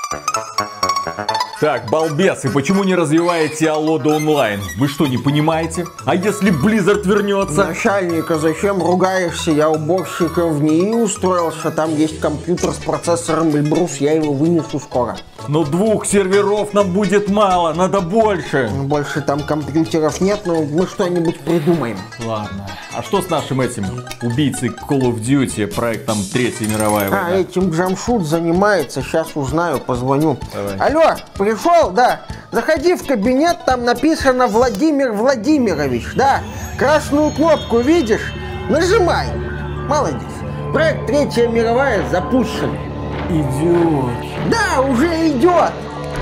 Так, балбесы, почему не развиваете Allodo Online? Вы что, не понимаете? А если Blizzard вернется? Начальник, а зачем ругаешься? Я уборщиком в НИИ устроился, там есть компьютер с процессором Эльбрус, я его вынесу скоро. Но 2 серверов нам будет мало, надо больше. Больше там компьютеров нет, но мы что-нибудь придумаем. Ладно, а что с нашим этим убийцей Call of Duty, проектом Третья мировая война? Этим Джамшут занимается, сейчас узнаю, позвоню. Давай. Алло, пришел, да? Заходи в кабинет, там написано Владимир Владимирович, да? Красную кнопку видишь? Нажимай. Молодец. Проект Третья мировая запущен. Идиот. Да, уже идет.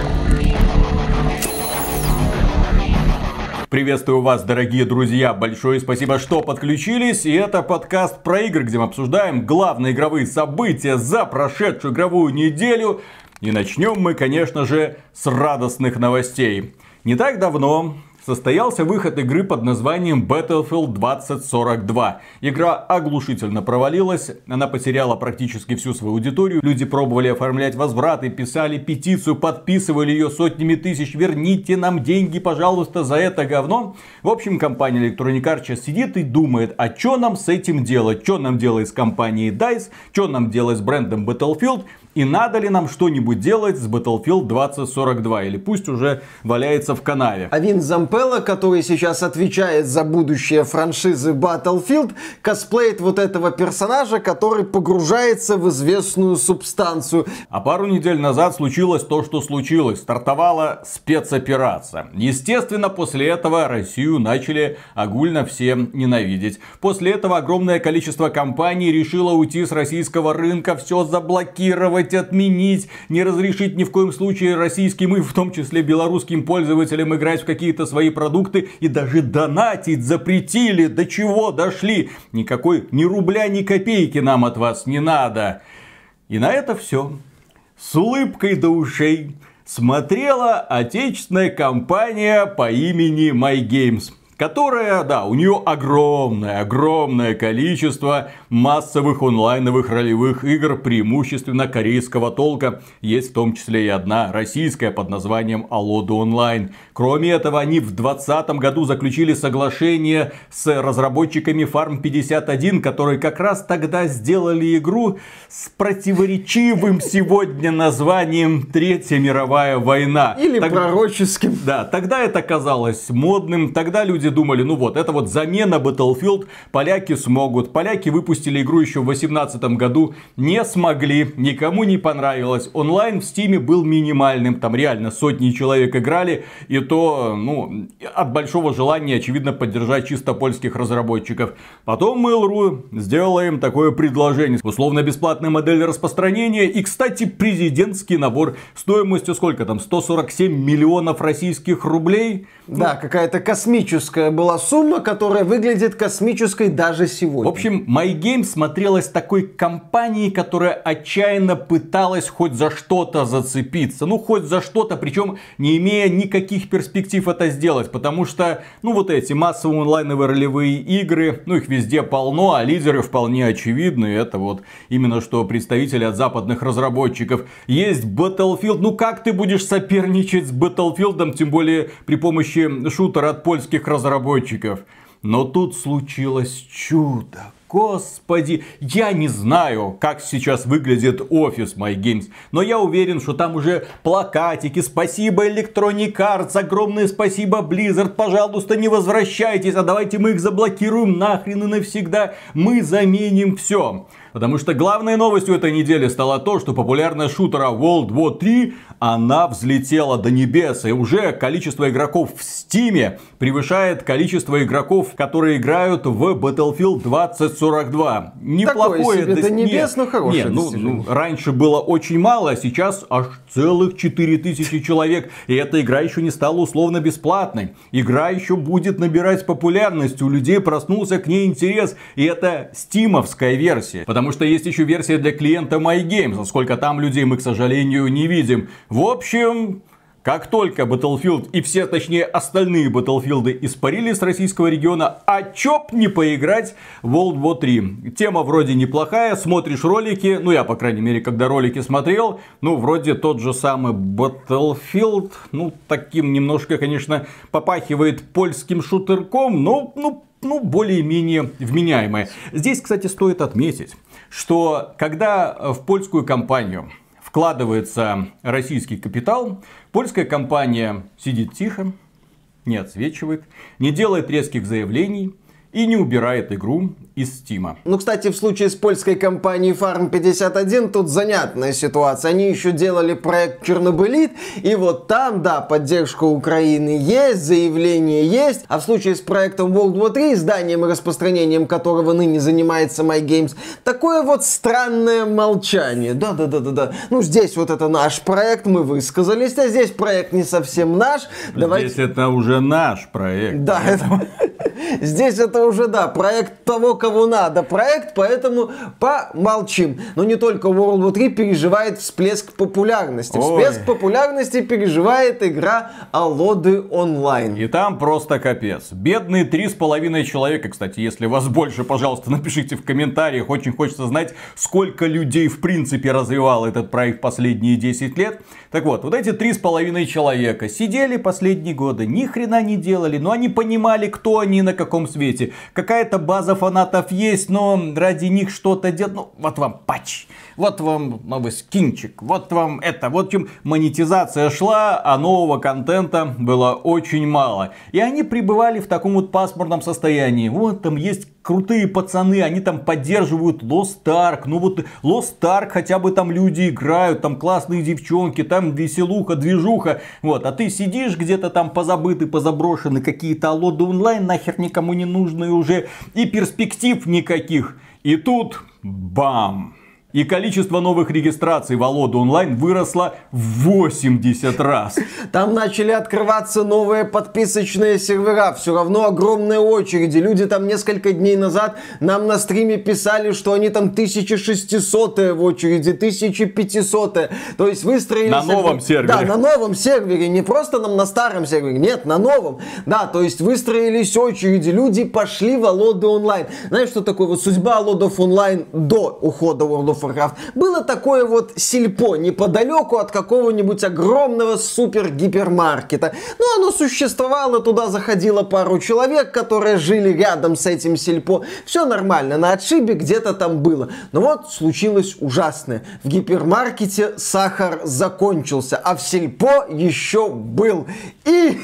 Приветствую вас, дорогие друзья, большое спасибо, что подключились. И это подкаст про игры, где мы обсуждаем главные игровые события за прошедшую игровую неделю. И начнем мы, конечно же, с радостных новостей. Не так давно состоялся выход игры под названием Battlefield 2042. Игра оглушительно провалилась, она потеряла практически всю свою аудиторию. Люди пробовали оформлять возвраты, писали петицию, подписывали ее сотнями тысяч. Верните нам деньги, пожалуйста, за это говно. В общем, компания Electronic Arts сейчас сидит и думает, а что нам с этим делать? Что нам делать с компанией DICE? Что нам делать с брендом Battlefield? И надо ли нам что-нибудь делать с Battlefield 2042? Или пусть уже валяется в канаве. А Вин Зампелло, который сейчас отвечает за будущее франшизы Battlefield, косплеит вот этого персонажа, который погружается в известную субстанцию. А пару недель назад случилось то, что случилось. Стартовала спецоперация. Естественно, после этого Россию начали огульно все ненавидеть. После этого огромное количество компаний решило уйти с российского рынка, все заблокировать, отменить, не разрешить ни в коем случае российским и в том числе белорусским пользователям играть в какие-то свои продукты и даже донатить запретили. До чего дошли? Никакой ни рубля, ни копейки нам от вас не надо. И на это все с улыбкой до ушей смотрела отечественная компания по имени MyGames. Которая, да, у нее огромное количество массовых онлайновых ролевых игр, преимущественно корейского толка. Есть в том числе и одна российская под названием Allodo Online. Кроме этого, они в 2020 году заключили соглашение с разработчиками Farm 51, которые как раз тогда сделали игру с противоречивым сегодня названием Третья мировая война. Или пророческим. Да, тогда это казалось модным, тогда люди думали, ну вот, это вот замена Battlefield, поляки смогут. Поляки выпустили игру еще в 2018 году, не смогли, никому не понравилось. Онлайн в Steam был минимальным, там реально сотни человек играли, и то, ну, от большого желания, очевидно, поддержать чисто польских разработчиков. Потом Mail.ru сделала им такое предложение. Условно-бесплатная модель распространения и, кстати, президентский набор стоимостью сколько там, 147 миллионов российских рублей? Да, какая-то космическая была сумма, которая выглядит космической даже сегодня. В общем, MyGames смотрелась такой компанией, которая отчаянно пыталась хоть за что-то зацепиться. Ну, хоть за что-то, причем не имея никаких перспектив это сделать. Потому что, ну, вот эти массовые онлайновые ролевые игры, ну, их везде полно, а лидеры вполне очевидны. Это вот именно что представители от западных разработчиков. Есть Battlefield. Ну, как ты будешь соперничать с Battlefield, тем более при помощи шутера от польских разработчиков? Но тут случилось чудо. Господи, я не знаю, как сейчас выглядит офис MyGames, но я уверен, что там уже плакатики, спасибо Electronic Arts, огромное спасибо Blizzard, пожалуйста, не возвращайтесь, а давайте мы их заблокируем нахрен и навсегда, мы заменим все. Потому что главной новостью этой недели стало то, что популярность шутера World War 3, она взлетела до небес. И уже количество игроков в Steam превышает количество игроков, которые играют в Battlefield 2042. Неплохое до небес, но хорошее. Нет, раньше было очень мало, а сейчас аж целых 4000 человек. И эта игра еще не стала условно бесплатной. Игра еще будет набирать популярность. У людей проснулся к ней интерес. И это стимовская версия. Потому что есть еще версия для клиента MyGames. Сколько там людей мы, к сожалению, не видим. В общем, Как только Battlefield и все, точнее, остальные Battlefield испарились с российского региона, а чё б не поиграть в World War 3. Тема вроде неплохая, смотришь ролики, ну я, по крайней мере, когда ролики смотрел, ну вроде тот же самый Battlefield, ну таким немножко, конечно, попахивает польским шутерком, но более-менее вменяемое. Здесь, кстати, стоит отметить, что когда в польскую компанию вкладывается российский капитал, польская компания сидит тихо, не отсвечивает, не делает резких заявлений и не убирает игру из Стима. Ну, кстати, в случае с польской компанией Farm 51 тут занятная ситуация. Они еще делали проект Чернобылит, и вот там, да, поддержка Украины есть, заявление есть. А в случае с проектом World War 3, изданием и распространением которого ныне занимается MyGames, такое вот странное молчание. Да. Ну, здесь вот это наш проект, мы высказались, а здесь проект не совсем наш. Здесь это уже наш проект. Да, здесь это уже, да, проект того, кого надо. Проект, поэтому помолчим. Но не только World War 3 переживает всплеск популярности. Всплеск популярности переживает игра Alloды Online. И там просто капец. Бедные 3,5 человека. Кстати, если вас больше, пожалуйста, напишите в комментариях. Очень хочется знать, сколько людей в принципе развивал этот проект последние 10 лет. Так вот эти 3,5 человека сидели последние годы, ни хрена не делали, но они понимали, кто они, на каком свете. Какая-то база фанатов есть, но ради них что-то делать. Ну, вот вам патч, вот вам новый скинчик, вот вам это. Вот чем монетизация шла, а нового контента было очень мало. И они пребывали в таком вот пасмурном состоянии. Вот там есть крутые пацаны, они там поддерживают Lost Ark. Ну вот Lost Ark хотя бы там люди играют, там классные девчонки, там веселуха, движуха. Вот, а ты сидишь где-то там позабытый, позаброшенный, какие-то Alloды Online нахер никому не нужные уже, и перспектив никаких. И тут бам! И количество новых регистраций в Allodu Online выросло в 80 раз. Там начали открываться новые подписочные сервера. Все равно огромные очереди. Люди там несколько дней назад нам на стриме писали, что они там 1600 в очереди, 1500. То есть выстроились... На новом сервере. Да, на новом сервере. Не просто нам на старом сервере. Нет, на новом. Да, то есть выстроились очереди. Люди пошли в Allodu Online. Знаешь, что такое вот судьба Allodu Online до ухода World of Warcraft? Было такое вот сельпо неподалеку от какого-нибудь огромного супер-гипермаркета. Ну, оно существовало, туда заходило пару человек, которые жили рядом с этим сельпо. Все нормально, на отшибе где-то там было. Но вот случилось ужасное. В гипермаркете сахар закончился, а в сельпо еще был. И...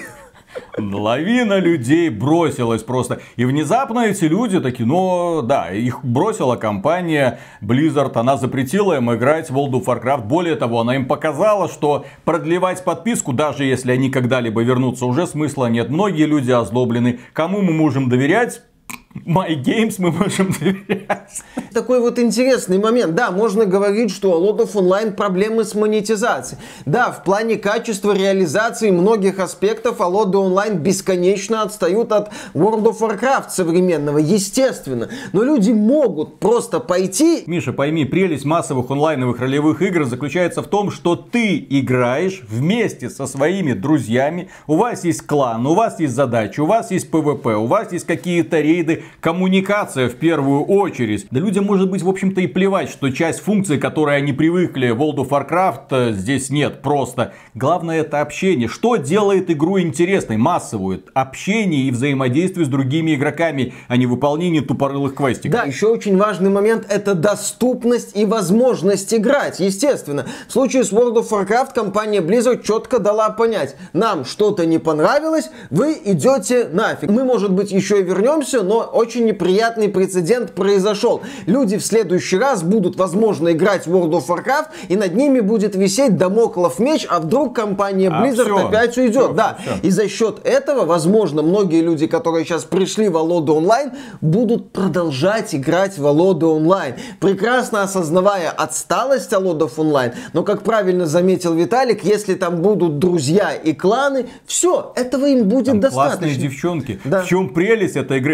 Лавина людей бросилась просто. И внезапно эти люди такие, ну да, их бросила компания Blizzard. Она запретила им играть в World of Warcraft. Более того, она им показала, что продлевать подписку, даже если они когда-либо вернутся, уже смысла нет. Многие люди озлоблены. Кому мы можем доверять? MyGames мы можем доверять. Такой вот интересный момент. Да, можно говорить, что у Allodu Online проблемы с монетизацией. Да, в плане качества реализации многих аспектов Allodu Online бесконечно отстают от World of Warcraft современного, естественно. Но люди могут просто пойти... Миша, пойми, прелесть массовых онлайновых ролевых игр заключается в том, что ты играешь вместе со своими друзьями. У вас есть клан, у вас есть задачи, у вас есть PvP, у вас есть какие-то рейды. Коммуникация в первую очередь. Да людям может быть в общем-то и плевать, что часть функций, которые они привыкли в World of Warcraft, здесь нет просто. Главное это общение. Что делает игру интересной, массовую? Общение и взаимодействие с другими игроками, а не выполнение тупорылых квестиков. Да, еще очень важный момент это доступность и возможность играть, естественно. В случае с World of Warcraft компания Blizzard четко дала понять, нам что-то не понравилось, вы идете нафиг. Мы, может быть, еще и вернемся, но очень неприятный прецедент произошел. Люди в следующий раз будут, возможно, играть в World of Warcraft, и над ними будет висеть дамоклов меч, а вдруг компания Blizzard опять уйдет. Да. И за счет этого, возможно, многие люди, которые сейчас пришли в Allodu Online, будут продолжать играть в Allodu Online, прекрасно осознавая отсталость Allodu Online. Но, как правильно заметил Виталик, если там будут друзья и кланы, все, этого им будет там достаточно. Классные девчонки. Да. В чем прелесть этой игры? Она не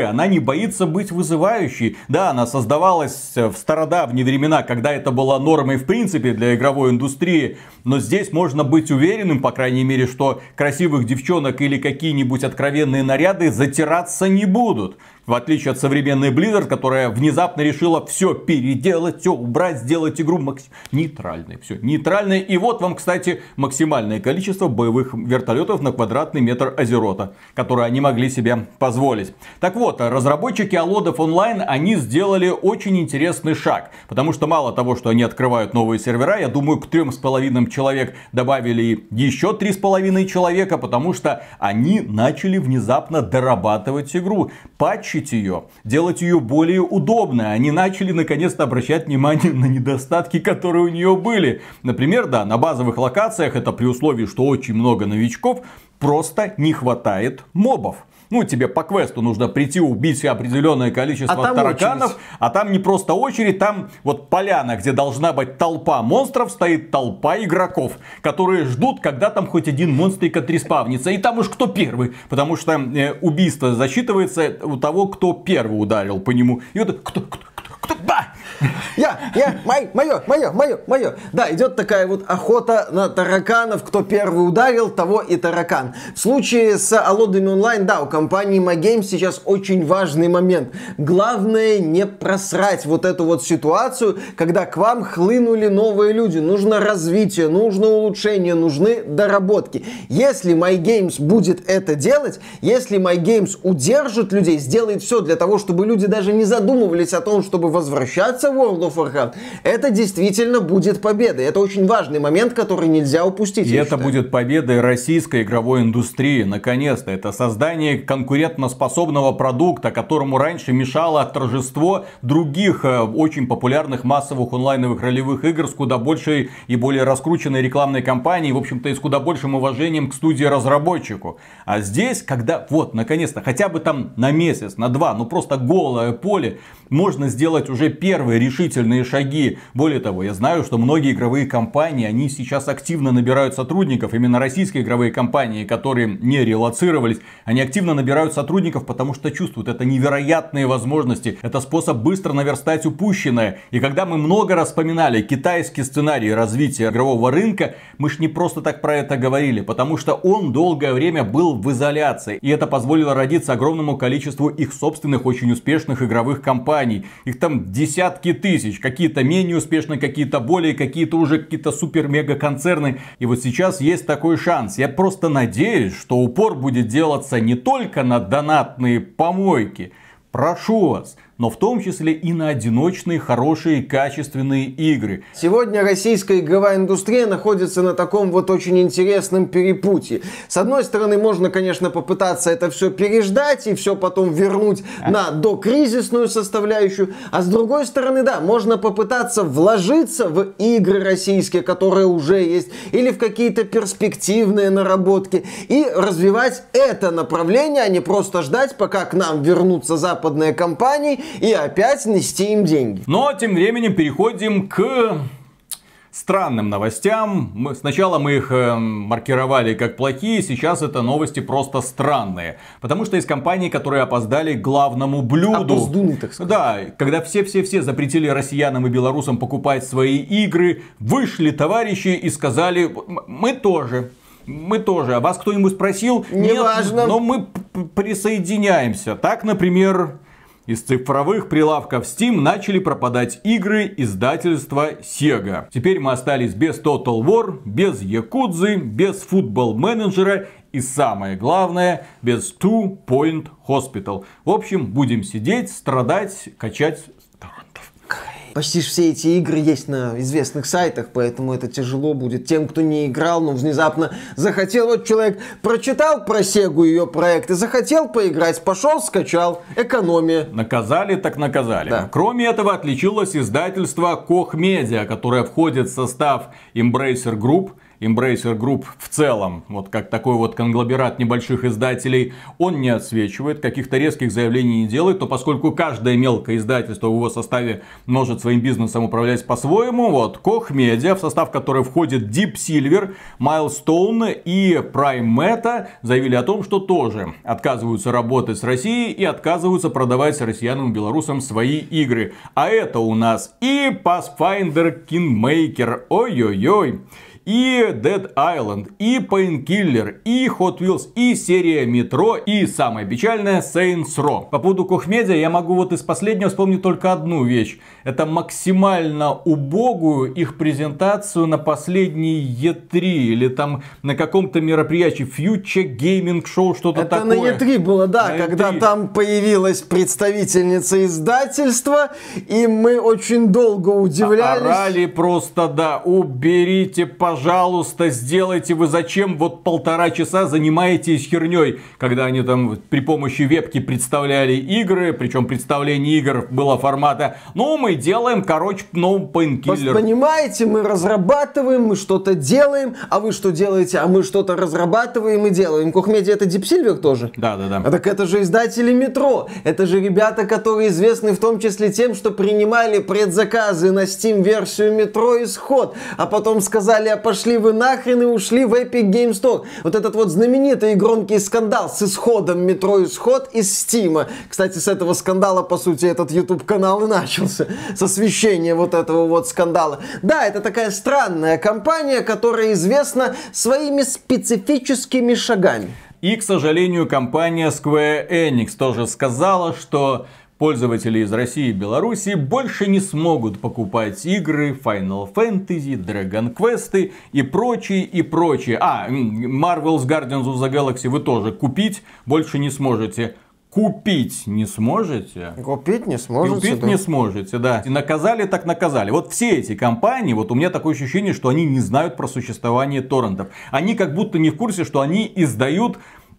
боится быть вызывающей. Да, она создавалась в стародавние времена, когда это была нормой в принципе для игровой индустрии. Но здесь можно быть уверенным, по крайней мере, что красивых девчонок или какие-нибудь откровенные наряды затираться не будут. В отличие от современной Blizzard, которая внезапно решила все переделать, все убрать, сделать игру нейтральной. Все нейтральной. И вот вам, кстати, максимальное количество боевых вертолетов на квадратный метр Азерота, которые они могли себе позволить. Так вот, разработчики Алодов Онлайн, они сделали очень интересный шаг. Потому что мало того, что они открывают новые сервера, я думаю, к 3,5 человек добавили еще 3,5 человека, потому что они начали внезапно дорабатывать игру. Патчи ее, делать ее более удобной. Они начали наконец-то обращать внимание на недостатки, которые у нее были. Например, да, на базовых локациях, это при условии, что очень много новичков, просто не хватает мобов. Ну, тебе по квесту нужно прийти, убить определенное количество тараканов. Очередь. А там не просто очередь, там вот поляна, где должна быть толпа монстров, стоит толпа игроков, которые ждут, когда там хоть один монстрик отреспавнится. И там уж кто первый. Потому что убийство засчитывается у того, кто первый ударил по нему. И вот кто. Ба! Мое. Да, идет такая вот охота на тараканов. Кто первый ударил, того и таракан. В случае с Алодами Онлайн, да, у компании MyGames сейчас очень важный момент. Главное не просрать вот эту вот ситуацию, когда к вам хлынули новые люди. Нужно развитие, нужно улучшение, нужны доработки. Если MyGames будет это делать, если MyGames удержит людей, сделает все для того, чтобы люди даже не задумывались о том, чтобы возвращаться в World of Warcraft, это действительно будет победой. Это очень важный момент, который нельзя упустить. И это будет победой российской игровой индустрии. Наконец-то. Это создание конкурентоспособного продукта, которому раньше мешало торжество других очень популярных массовых онлайновых ролевых игр с куда большей и более раскрученной рекламной кампанией, в общем-то, и с куда большим уважением к студии-разработчику. А здесь, когда вот, наконец-то, хотя бы там на месяц, на два, ну просто голое поле, можно сделать уже первые решительные шаги. Более того, я знаю, что многие игровые компании, они сейчас активно набирают сотрудников. Именно российские игровые компании, которые не релоцировались, они активно набирают сотрудников, потому что чувствуют, это невероятные возможности. Это способ быстро наверстать упущенное. И когда мы много раз вспоминали китайский сценарий развития игрового рынка, мы ж не просто так про это говорили, потому что он долгое время был в изоляции. И это позволило родиться огромному количеству их собственных очень успешных игровых компаний. Их там десятки тысяч. Какие-то менее успешные, какие-то более, какие-то уже какие-то супер-мега-концерны. И вот сейчас есть такой шанс. Я просто надеюсь, что упор будет делаться не только на донатные помойки. Прошу вас. Но в том числе и на одиночные, хорошие, качественные игры. Сегодня российская игровая индустрия находится на таком вот очень интересном перепутье. С одной стороны, можно, конечно, попытаться это все переждать и все потом вернуть на докризисную составляющую. А с другой стороны, да, можно попытаться вложиться в игры российские, которые уже есть, или в какие-то перспективные наработки, и развивать это направление, а не просто ждать, пока к нам вернутся западные компании, и опять нести им деньги. Но тем временем переходим к странным новостям. Сначала мы их маркировали как плохие, сейчас это новости просто странные. Потому что есть компании, которые опоздали к главному блюду. Опоздуны, так сказать. Да, когда все запретили россиянам и белорусам покупать свои игры, вышли товарищи и сказали: мы тоже. А вас кто-нибудь спросил? Не важно. Но мы присоединяемся. Так, например, из цифровых прилавков Steam начали пропадать игры издательства Sega. Теперь мы остались без Total War, без Якудзы, без Football Manager и самое главное, без Two Point Hospital. В общем, будем сидеть, страдать, качать торрентов. Почти все эти игры есть на известных сайтах, поэтому это тяжело будет тем, кто не играл, но внезапно захотел. Вот человек прочитал про Сегу ее проект и захотел поиграть, пошел, скачал, экономия. Наказали так наказали. Да. Кроме этого, отличилось издательство Koch Media, которое входит в состав Embracer Group. Embracer Group в целом, вот как такой вот конгломерат небольших издателей, он не отсвечивает, каких-то резких заявлений не делает, то поскольку каждое мелкое издательство в его составе может своим бизнесом управлять по-своему, вот Koch Media, в состав которой входит Deep Silver, Milestone и Prime Meta, заявили о том, что тоже отказываются работать с Россией и отказываются продавать россиянам и белорусам свои игры. А это у нас и Pathfinder Kingmaker, ой-ой-ой, и Dead Island, и Painkiller, и Hot Wheels, и серия Metro, и самое печальное Saints Row. По поводу Koch Media я могу вот из последнего вспомнить только одну вещь. Это максимально убогую их презентацию на последней E3 или там на каком-то мероприятии Future Gaming Show, что-то это такое. Это на E3 было, да, на когда E3. там появилась представительница издательства, и мы очень долго удивлялись. Орали просто, да, уберите, пожалуйста, сделайте, вы зачем вот 1,5 часа занимаетесь херней, когда они там при помощи вебки представляли игры, причем представление игр было формата, ну мы делаем, короче, no Painkiller. Понимаете, мы разрабатываем, мы что-то делаем, а вы что делаете, а мы что-то разрабатываем и делаем. Koch Media это Deep Silver тоже? Да. А так это же издатели Metro, это же ребята, которые известны в том числе тем, что принимали предзаказы на Steam версию Metro Исход, а потом сказали, а пошли вы нахрен и ушли в Epic Game Store. Вот этот вот знаменитый и громкий скандал с исходом Metro Исход из Steam. Кстати, с этого скандала, по сути, этот YouTube канал и начался. С освещения вот этого вот скандала. Да, это такая странная компания, которая известна своими специфическими шагами. И, к сожалению, компания Square Enix тоже сказала, что пользователи из России и Беларуси больше не смогут покупать игры Final Fantasy, Dragon Quest и прочие, и прочие. Marvel's Guardians of the Galaxy вы тоже купить больше не сможете. Купить не сможете. Купить не сможете. Купить не сможете, да. И наказали так наказали. Вот все эти компании, вот у меня такое ощущение, что они не знают про существование торрентов. Они как будто не в курсе, что они издают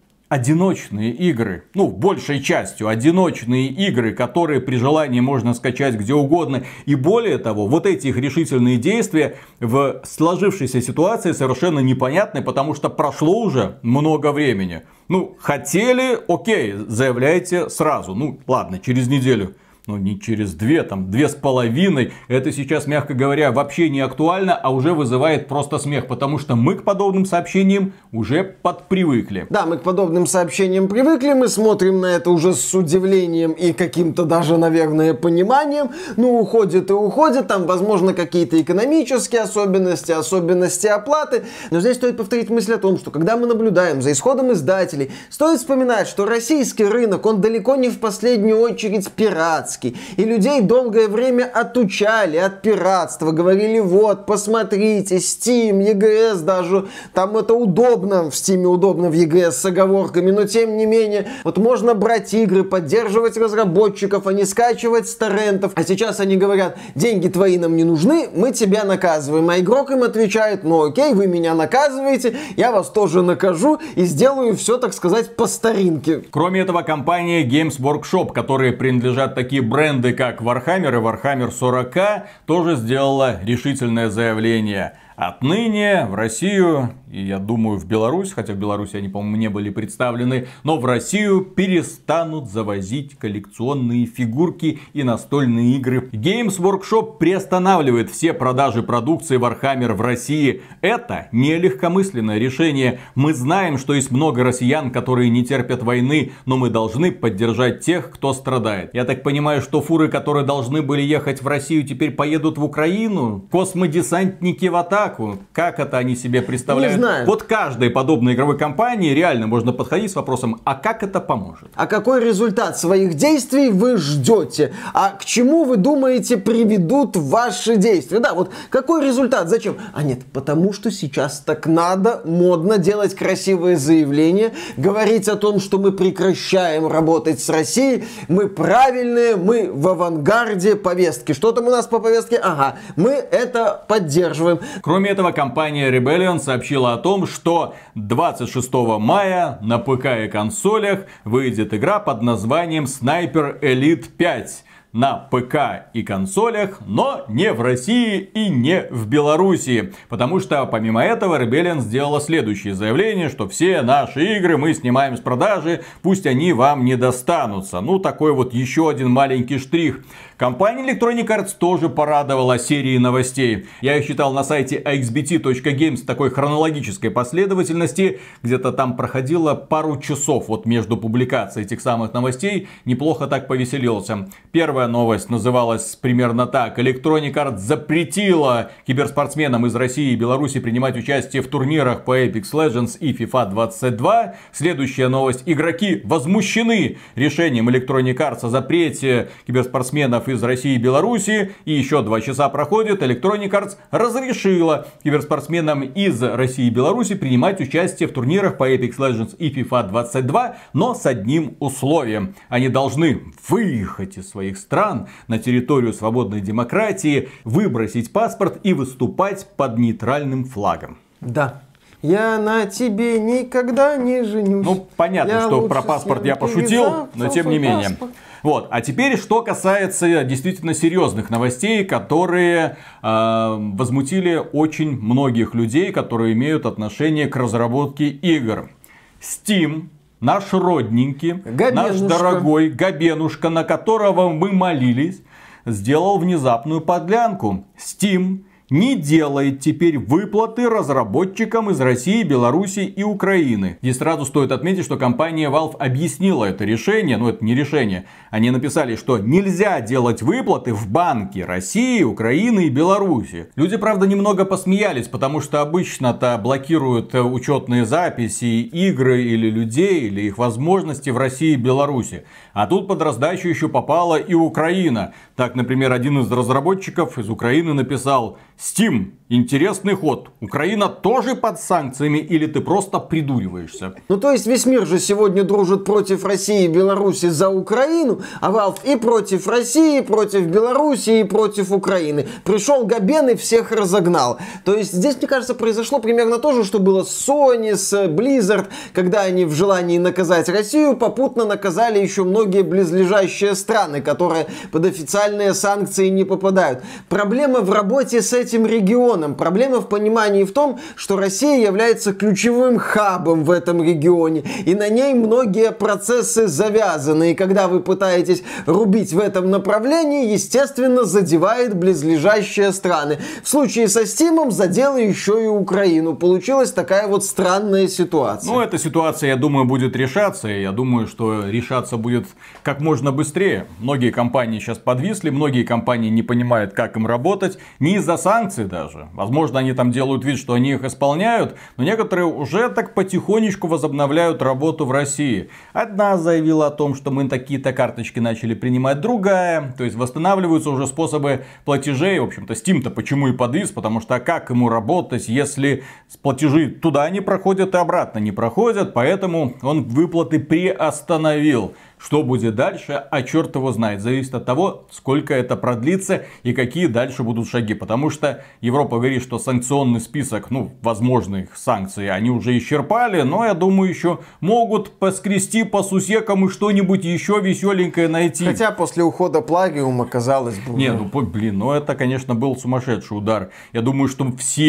одиночные игры, большей частью одиночные игры, которые при желании можно скачать где угодно. И более того, вот эти их решительные действия в сложившейся ситуации совершенно непонятны, потому что прошло уже много времени. Хотели, окей, заявляйте сразу. Ладно, через неделю. Не через 2, там 2,5. Это сейчас, мягко говоря, вообще не актуально, а уже вызывает просто смех. Потому что мы к подобным сообщениям уже подпривыкли. Да, мы к подобным сообщениям привыкли. Мы смотрим на это уже с удивлением и каким-то даже, наверное, пониманием. Уходит и уходит. Там, возможно, какие-то экономические особенности оплаты. Но здесь стоит повторить мысль о том, что когда мы наблюдаем за исходом издателей, стоит вспоминать, что российский рынок, он далеко не в последнюю очередь пиратский. И людей долгое время отучали от пиратства. Говорили, вот, посмотрите, Steam, EGS даже. Там это удобно, в Steam удобно, в EGS с оговорками. Но тем не менее, вот можно брать игры, поддерживать разработчиков, а не скачивать с торрентов. А сейчас они говорят, деньги твои нам не нужны, мы тебя наказываем. А игрок им отвечает, окей, вы меня наказываете, я вас тоже накажу и сделаю все, так сказать, по старинке. Кроме этого, компания Games Workshop, которые принадлежат такие бренды, как Warhammer и Warhammer 40, тоже сделала решительное заявление. Отныне в Россию, и я думаю в Беларусь, хотя в Беларуси они, по-моему, не были представлены, но в Россию перестанут завозить коллекционные фигурки и настольные игры. Games Workshop приостанавливает все продажи продукции Warhammer в России. Это не легкомысленное решение. Мы знаем, что есть много россиян, которые не терпят войны, но мы должны поддержать тех, кто страдает. Я так понимаю, что фуры, которые должны были ехать в Россию, теперь поедут в Украину? Космодесантники в атаку? Как это они себе представляют? Не знаю. Вот каждой подобной игровой компании реально можно подходить с вопросом, а как это поможет? А какой результат своих действий вы ждете? А к чему вы думаете приведут ваши действия? Да, вот какой результат? Зачем? А нет, потому что сейчас так надо, модно делать красивые заявления, говорить о том, что мы прекращаем работать с Россией, мы правильные, мы в авангарде повестки. Что там у нас по повестке? Ага, мы это поддерживаем. Кроме этого, компания Rebellion сообщила о том, что 26 мая на ПК и консолях выйдет игра под названием Sniper Elite 5. на ПК и консолях, но не в России и не в Белоруссии. Потому что помимо этого Rebellion сделала следующее заявление, что все наши игры мы снимаем с продажи, пусть они вам не достанутся. Ну, такой вот еще один маленький штрих. Компания Electronic Arts тоже порадовала серией новостей. Я их читал на сайте axbt.games в такой хронологической последовательности. Где-то там проходило пару часов вот между публикацией этих самых новостей. Неплохо так повеселился. Первая новость называлась примерно так. Electronic Arts запретила киберспортсменам из России и Беларуси принимать участие в турнирах по Apex Legends и FIFA 22. Следующая новость. Игроки возмущены решением Electronic Arts о запрете киберспортсменов из России и Беларуси. И еще 2 часа проходит. Electronic Arts разрешила киберспортсменам из России и Беларуси принимать участие в турнирах по Apex Legends и FIFA 22, но с одним условием. Они должны выехать из своих стран на территорию свободной демократии, выбросить паспорт и выступать под нейтральным флагом. Да. Я на тебе никогда не женюсь. Ну, понятно, что про паспорт я пошутил, но тем не менее. Паспорт. Вот. А теперь, что касается действительно серьезных новостей, которые возмутили очень многих людей, которые имеют отношение к разработке игр. Steam, наш родненький, наш дорогой Габенушка, на которого мы молились, сделал внезапную подлянку. Steam не делает теперь выплаты разработчикам из России, Беларуси и Украины. Здесь сразу стоит отметить, что компания Valve объяснила это решение, но это не решение. Они написали, что нельзя делать выплаты в банки России, Украины и Беларуси. Люди, правда, немного посмеялись, потому что обычно-то блокируют учетные записи, игры или людей, или их возможности в России и Беларуси. А тут под раздачу еще попала и Украина. Так, например, один из разработчиков из Украины написал: Steam, интересный ход. Украина тоже под санкциями или ты просто придуриваешься? Ну, то есть весь мир же сегодня дружит против России и Беларуси за Украину, а Valve и против России, и против Беларуси, и против Украины. Пришел Габен и всех разогнал. То есть здесь, мне кажется, произошло примерно то же, что было с Sony, с Blizzard, когда они в желании наказать Россию попутно наказали еще многие близлежащие страны, которые под официальные санкции не попадают. Проблема в работе с этим регионом. Проблема в понимании в том, что Россия является ключевым хабом в этом регионе. И на ней многие процессы завязаны. И когда вы пытаетесь рубить в этом направлении, естественно, задевает близлежащие страны. В случае со Steam задела еще и Украину. Получилась такая вот странная ситуация. Ну, эта ситуация, я думаю, будет решаться. Я думаю, что решаться будет как можно быстрее. Многие компании сейчас подвисли, многие компании не понимают, как им работать. Не из-за санкций даже. Возможно, они там делают вид, что они их исполняют, но некоторые уже так потихонечку возобновляют работу в России. Одна заявила о том, что мы такие-то карточки начали принимать, другая. То есть восстанавливаются уже способы платежей. В общем-то, Steam-то почему и подвис, потому что как ему работать, если платежи туда не проходят и обратно не проходят, поэтому он выплаты приостановил. Что будет дальше, а черт его знает. Зависит от того, сколько это продлится и какие дальше будут шаги. Потому что Европа говорит, что санкционный список, возможных санкций они уже исчерпали. Но я думаю, еще могут поскрести по сусекам и что-нибудь еще веселенькое найти. Хотя после ухода Плагиума казалось бы... Не, это, конечно, был сумасшедший удар. Я думаю, что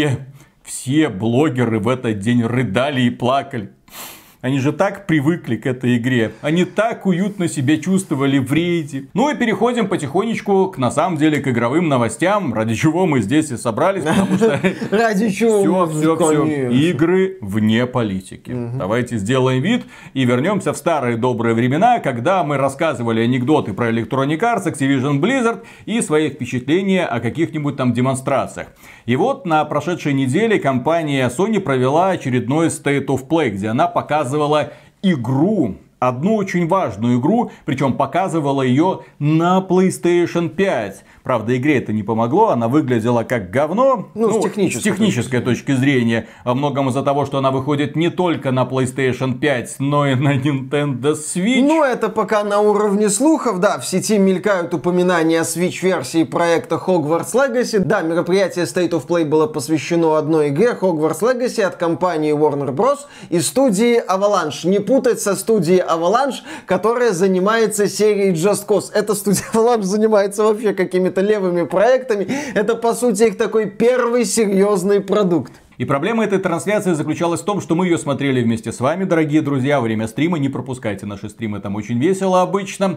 все блогеры в этот день рыдали и плакали. Они же так привыкли к этой игре. Они так уютно себя чувствовали в рейде. Ну и переходим потихонечку на самом деле к игровым новостям. Ради чего мы здесь и собрались. Потому что... Ради чего? Все. Игры вне политики. Давайте сделаем вид и вернемся в старые добрые времена, когда мы рассказывали анекдоты про Electronic Arts, Activision Blizzard и свои впечатления о каких-нибудь там демонстрациях. И вот на прошедшей неделе компания Sony провела очередной State of Play, где она показывала игру. Одну очень важную игру, причем показывала ее на PlayStation 5. Правда, игре это не помогло, она выглядела как говно. С технической точки зрения. Во многом из-за того, что она выходит не только на PlayStation 5, но и на Nintendo Switch. Это пока на уровне слухов. Да, в сети мелькают упоминания о Switch-версии проекта Hogwarts Legacy. Да, мероприятие State of Play было посвящено одной игре, Hogwarts Legacy, от компании Warner Bros. И студии Avalanche. Не путать со студией Avalanche, которая занимается серией Just Cause. Эта студия Avalanche занимается вообще какими-то левыми проектами. Это, по сути, их такой первый серьезный продукт. И проблема этой трансляции заключалась в том, что мы ее смотрели вместе с вами, дорогие друзья, во время стрима. Не пропускайте наши стримы, там очень весело обычно.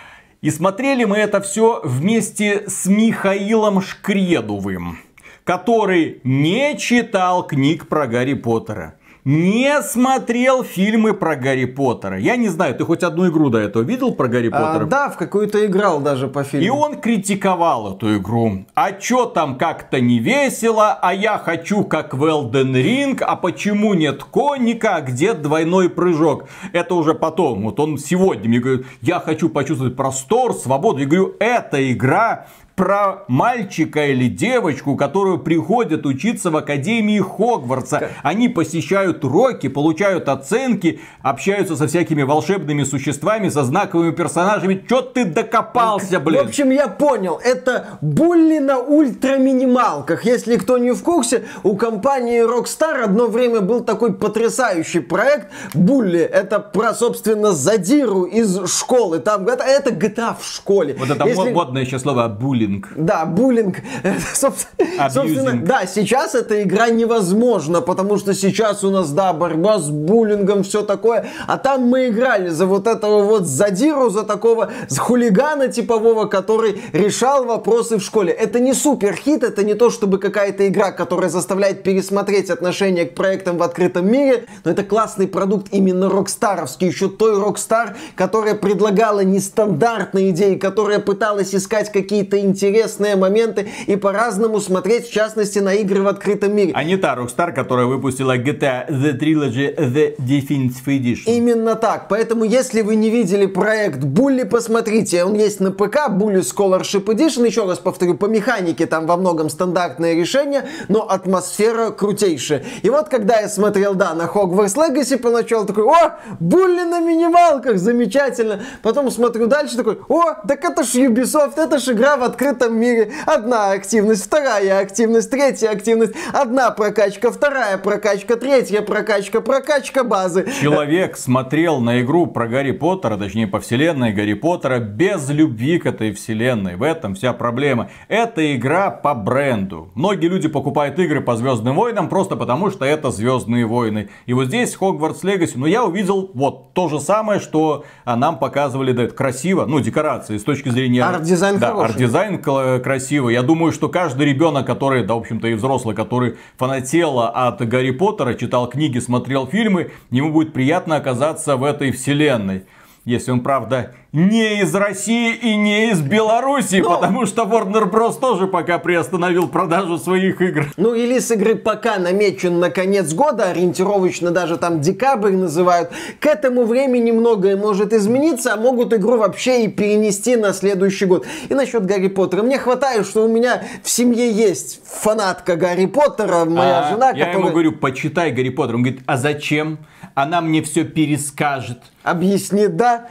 И смотрели мы это все вместе с Михаилом Шкредовым, который не читал книг про Гарри Поттера, не смотрел фильмы про Гарри Поттера. Я не знаю, ты хоть одну игру до этого видел про Гарри Поттера? Да, в какую-то играл даже по фильму. И он критиковал эту игру. А чё там как-то не весело, а я хочу как в Elden Ring, а почему нет конника, а где двойной прыжок? Это уже потом. Вот он сегодня мне говорит, я хочу почувствовать простор, свободу. Я говорю, эта игра про мальчика или девочку, которые приходят учиться в Академии Хогвартса. Они посещают уроки, получают оценки, общаются со всякими волшебными существами, со знаковыми персонажами. Чё ты докопался, блин? В общем, я понял. Это булли на ультраминималках. Если кто не в курсе, у компании Rockstar одно время был такой потрясающий проект булли. Это про, собственно, задиру из школы. Там это GTA в школе. Вот это модное сейчас слово булли. Да, буллинг. Собственно, да, сейчас эта игра невозможна, потому что сейчас у нас, да, борьба с буллингом, все такое. А там мы играли за вот этого вот задиру, за такого хулигана типового, который решал вопросы в школе. Это не супер хит, это не то, чтобы какая-то игра, которая заставляет пересмотреть отношение к проектам в открытом мире, но это классный продукт именно рокстаровский, еще той Rockstar, которая предлагала нестандартные идеи, которая пыталась искать какие-то интересные моменты и по-разному смотреть, в частности, на игры в открытом мире. А не та Rockstar, которая выпустила GTA The Trilogy The Definitive Edition. Именно так. Поэтому, если вы не видели проект Bully, посмотрите. Он есть на ПК, Bully Scholarship Edition. Еще раз повторю, по механике там во многом стандартное решение, но атмосфера крутейшая. И вот, когда я смотрел, да, на Hogwarts Legacy, поначалу такой, о, Bully на минималках, замечательно. Потом смотрю дальше, такой, о, так это ж Ubisoft, это ж игра в открытом мире. Одна активность, вторая активность, третья активность. Одна прокачка, вторая прокачка, третья прокачка базы. Человек смотрел на игру про Гарри Поттера, точнее по вселенной Гарри Поттера, без любви к этой вселенной. В этом вся проблема. Это игра по бренду. Многие люди покупают игры по Звездным войнам просто потому, что это Звездные войны. И вот здесь Hogwarts Legacy, но я увидел вот то же самое, что нам показывали, да, это красиво, ну, декорации с точки зрения... Арт-дизайн хороший. Арт-дизайн красивый. Я думаю, что каждый ребенок, который, да, в общем-то, и взрослый, который фанател от Гарри Поттера, читал книги, смотрел фильмы, ему будет приятно оказаться в этой вселенной. Если он, правда, не из России и не из Беларуси, потому что Warner Bros. Тоже пока приостановил продажу своих игр. Ну, релиз игры пока намечен на конец года, ориентировочно даже там декабрь называют. К этому времени многое может измениться, а могут игру вообще и перенести на следующий год. И насчет Гарри Поттера. Мне хватает, что у меня в семье есть фанатка Гарри Поттера, моя жена, я ему говорю, почитай Гарри Поттер. Он говорит, а зачем? Она мне все перескажет. Объяснит, да?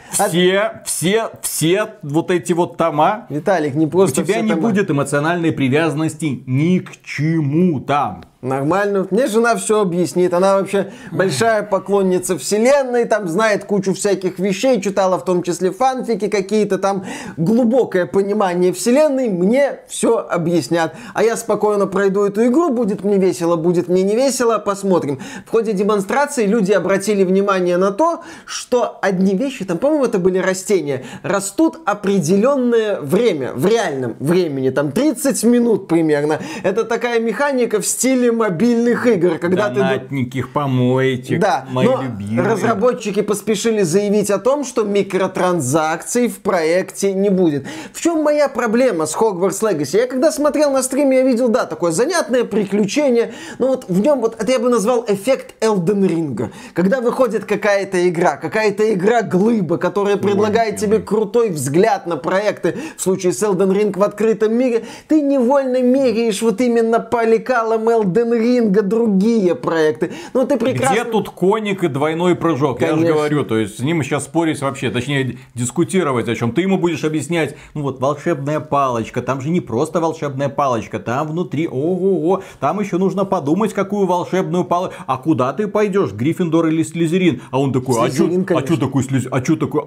Все вот эти вот тома. Виталик, не просто у тебя не будет эмоциональной привязанности ни к чему там. Нормально. Мне жена все объяснит. Она вообще большая поклонница вселенной, там знает кучу всяких вещей, читала в том числе фанфики какие-то, там глубокое понимание вселенной. Мне все объяснят. А я спокойно пройду эту игру, будет мне весело, будет мне не весело, посмотрим. В ходе демонстрации люди обратили внимание на то, что одни вещи, там, по-моему, это были растения, растут определенное время, в реальном времени, там 30 минут примерно. Это такая механика в стиле мобильных игр, когда донатненьких помоечек, да, мои но любимые. Разработчики поспешили заявить о том, что микротранзакций в проекте не будет. В чем моя проблема с Hogwarts Legacy? Я когда смотрел на стриме, я видел, да, такое занятное приключение, но вот в нем, вот это я бы назвал эффект Elden Ring. Когда выходит какая-то игра-глыба, которая предлагает тебе крутой взгляд на проекты, в случае с Elden Ring в открытом мире, ты невольно меряешь вот именно по лекалам Elden Elden Ring, другие проекты. Ну, ты прекрасно... Где тут коник и двойной прыжок? Конечно. Я же говорю, то есть с ним сейчас спорить вообще, точнее дискутировать о чем. Ты ему будешь объяснять, ну вот волшебная палочка, там же не просто волшебная палочка, там внутри, ого-го, там еще нужно подумать, какую волшебную палочку. А куда ты пойдешь, Гриффиндор или Слизерин? А он такой, Слизерин, а что такое Слизерин? А что такое?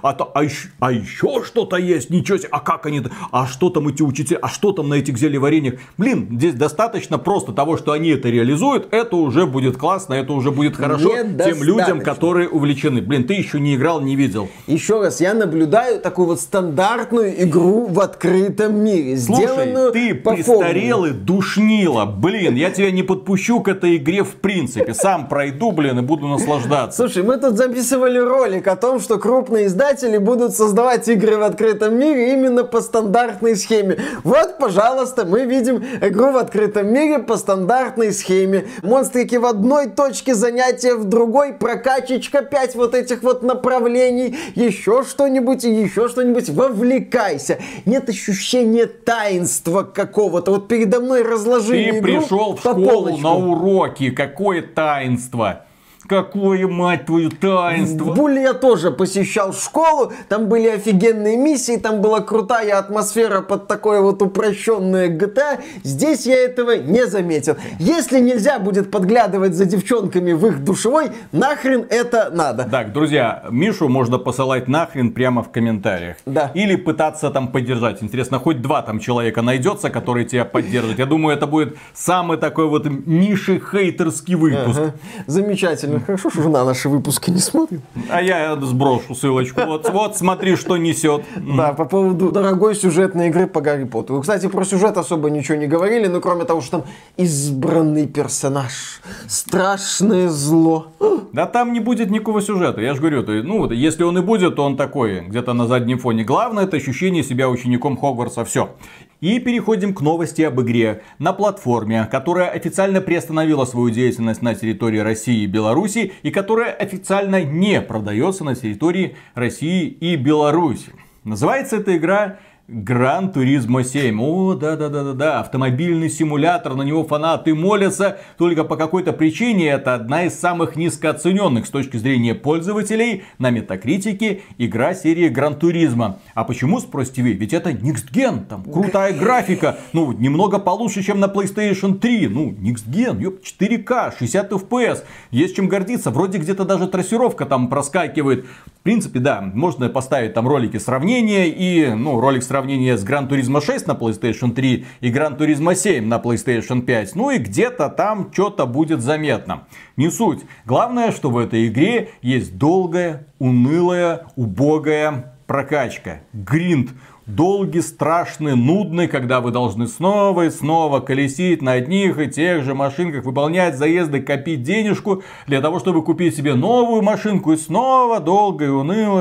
А еще что-то есть? Ничего себе, а как они? А что там эти учителя? А что там на этих зельеварениях? Блин, здесь достаточно просто того, что они это реализуют, это уже будет классно, это уже будет хорошо тем людям, которые увлечены. Блин, ты еще не играл, не видел. Еще раз, я наблюдаю такую вот стандартную игру в открытом мире. Слушай, ты престарелый душнила. Блин, я тебя не подпущу к этой игре в принципе. Сам пройду, блин, и буду наслаждаться. Слушай, мы тут записывали ролик о том, что крупные издатели будут создавать игры в открытом мире именно по стандартной схеме. Вот, пожалуйста, мы видим игру в открытом мире по стандартной схеме. Монстрики в одной точке, занятия в другой, прокачечка, 5 вот этих вот направлений, еще что-нибудь и еще что-нибудь. Вовлекайся. Нет ощущения таинства какого-то. Вот передо мной разложили Ты игру пришел в по школу полочкам. на уроки. Какое таинство? Какое, мать твою, таинство? В Буле я тоже посещал школу, там были офигенные миссии, там была крутая атмосфера под такое вот упрощенное GTA. Здесь я этого не заметил. Если нельзя будет подглядывать за девчонками в их душевой, нахрен это надо. Так, друзья, Мишу можно посылать нахрен прямо в комментариях. Да. Или пытаться там поддержать. Интересно, хоть 2 там человека найдется, которые тебя поддержат. Я думаю, это будет самый такой вот Миши-хейтерский выпуск. Ага. Замечательно. Хорошо, что жена наши выпуски не смотрит. А я сброшу ссылочку. Вот смотри, что несет. Да, по поводу дорогой сюжетной игры по Гарри Поттеру. Кстати, про сюжет особо ничего не говорили, но кроме того, что там избранный персонаж, страшное зло. Да там не будет никакого сюжета, я же говорю, ну вот, если он и будет, то он такой, где-то на заднем фоне. Главное, это ощущение себя учеником Хогвартса, все. И переходим к новости об игре на платформе, которая официально приостановила свою деятельность на территории России и Беларуси, и которая официально не продается на территории России и Беларуси. Называется эта игра Gran Turismo 7. О, да, автомобильный симулятор, на него фанаты молятся. Только по какой-то причине это одна из самых низкооцененных с точки зрения пользователей на Метакритике игра серии Gran Turismo. А почему, спросите вы? Ведь это Next Gen, там крутая графика, ну, немного получше, чем на PlayStation 3. Ну, Next Gen, 4К, 60 FPS. Есть чем гордиться. Вроде где-то даже трассировка там проскакивает. В принципе, да, можно поставить там ролики сравнения и, ну, ролик сравнения с Gran Turismo 6 на PlayStation 3 и Gran Turismo 7 на PlayStation 5. Ну и где-то там что-то будет заметно. Не суть. Главное, что в этой игре есть долгая, унылая, убогая прокачка. Гринд. Долгий, страшный, нудный, когда вы должны снова и снова колесить на одних и тех же машинках, выполнять заезды, копить денежку для того, чтобы купить себе новую машинку. И снова долго и уныло.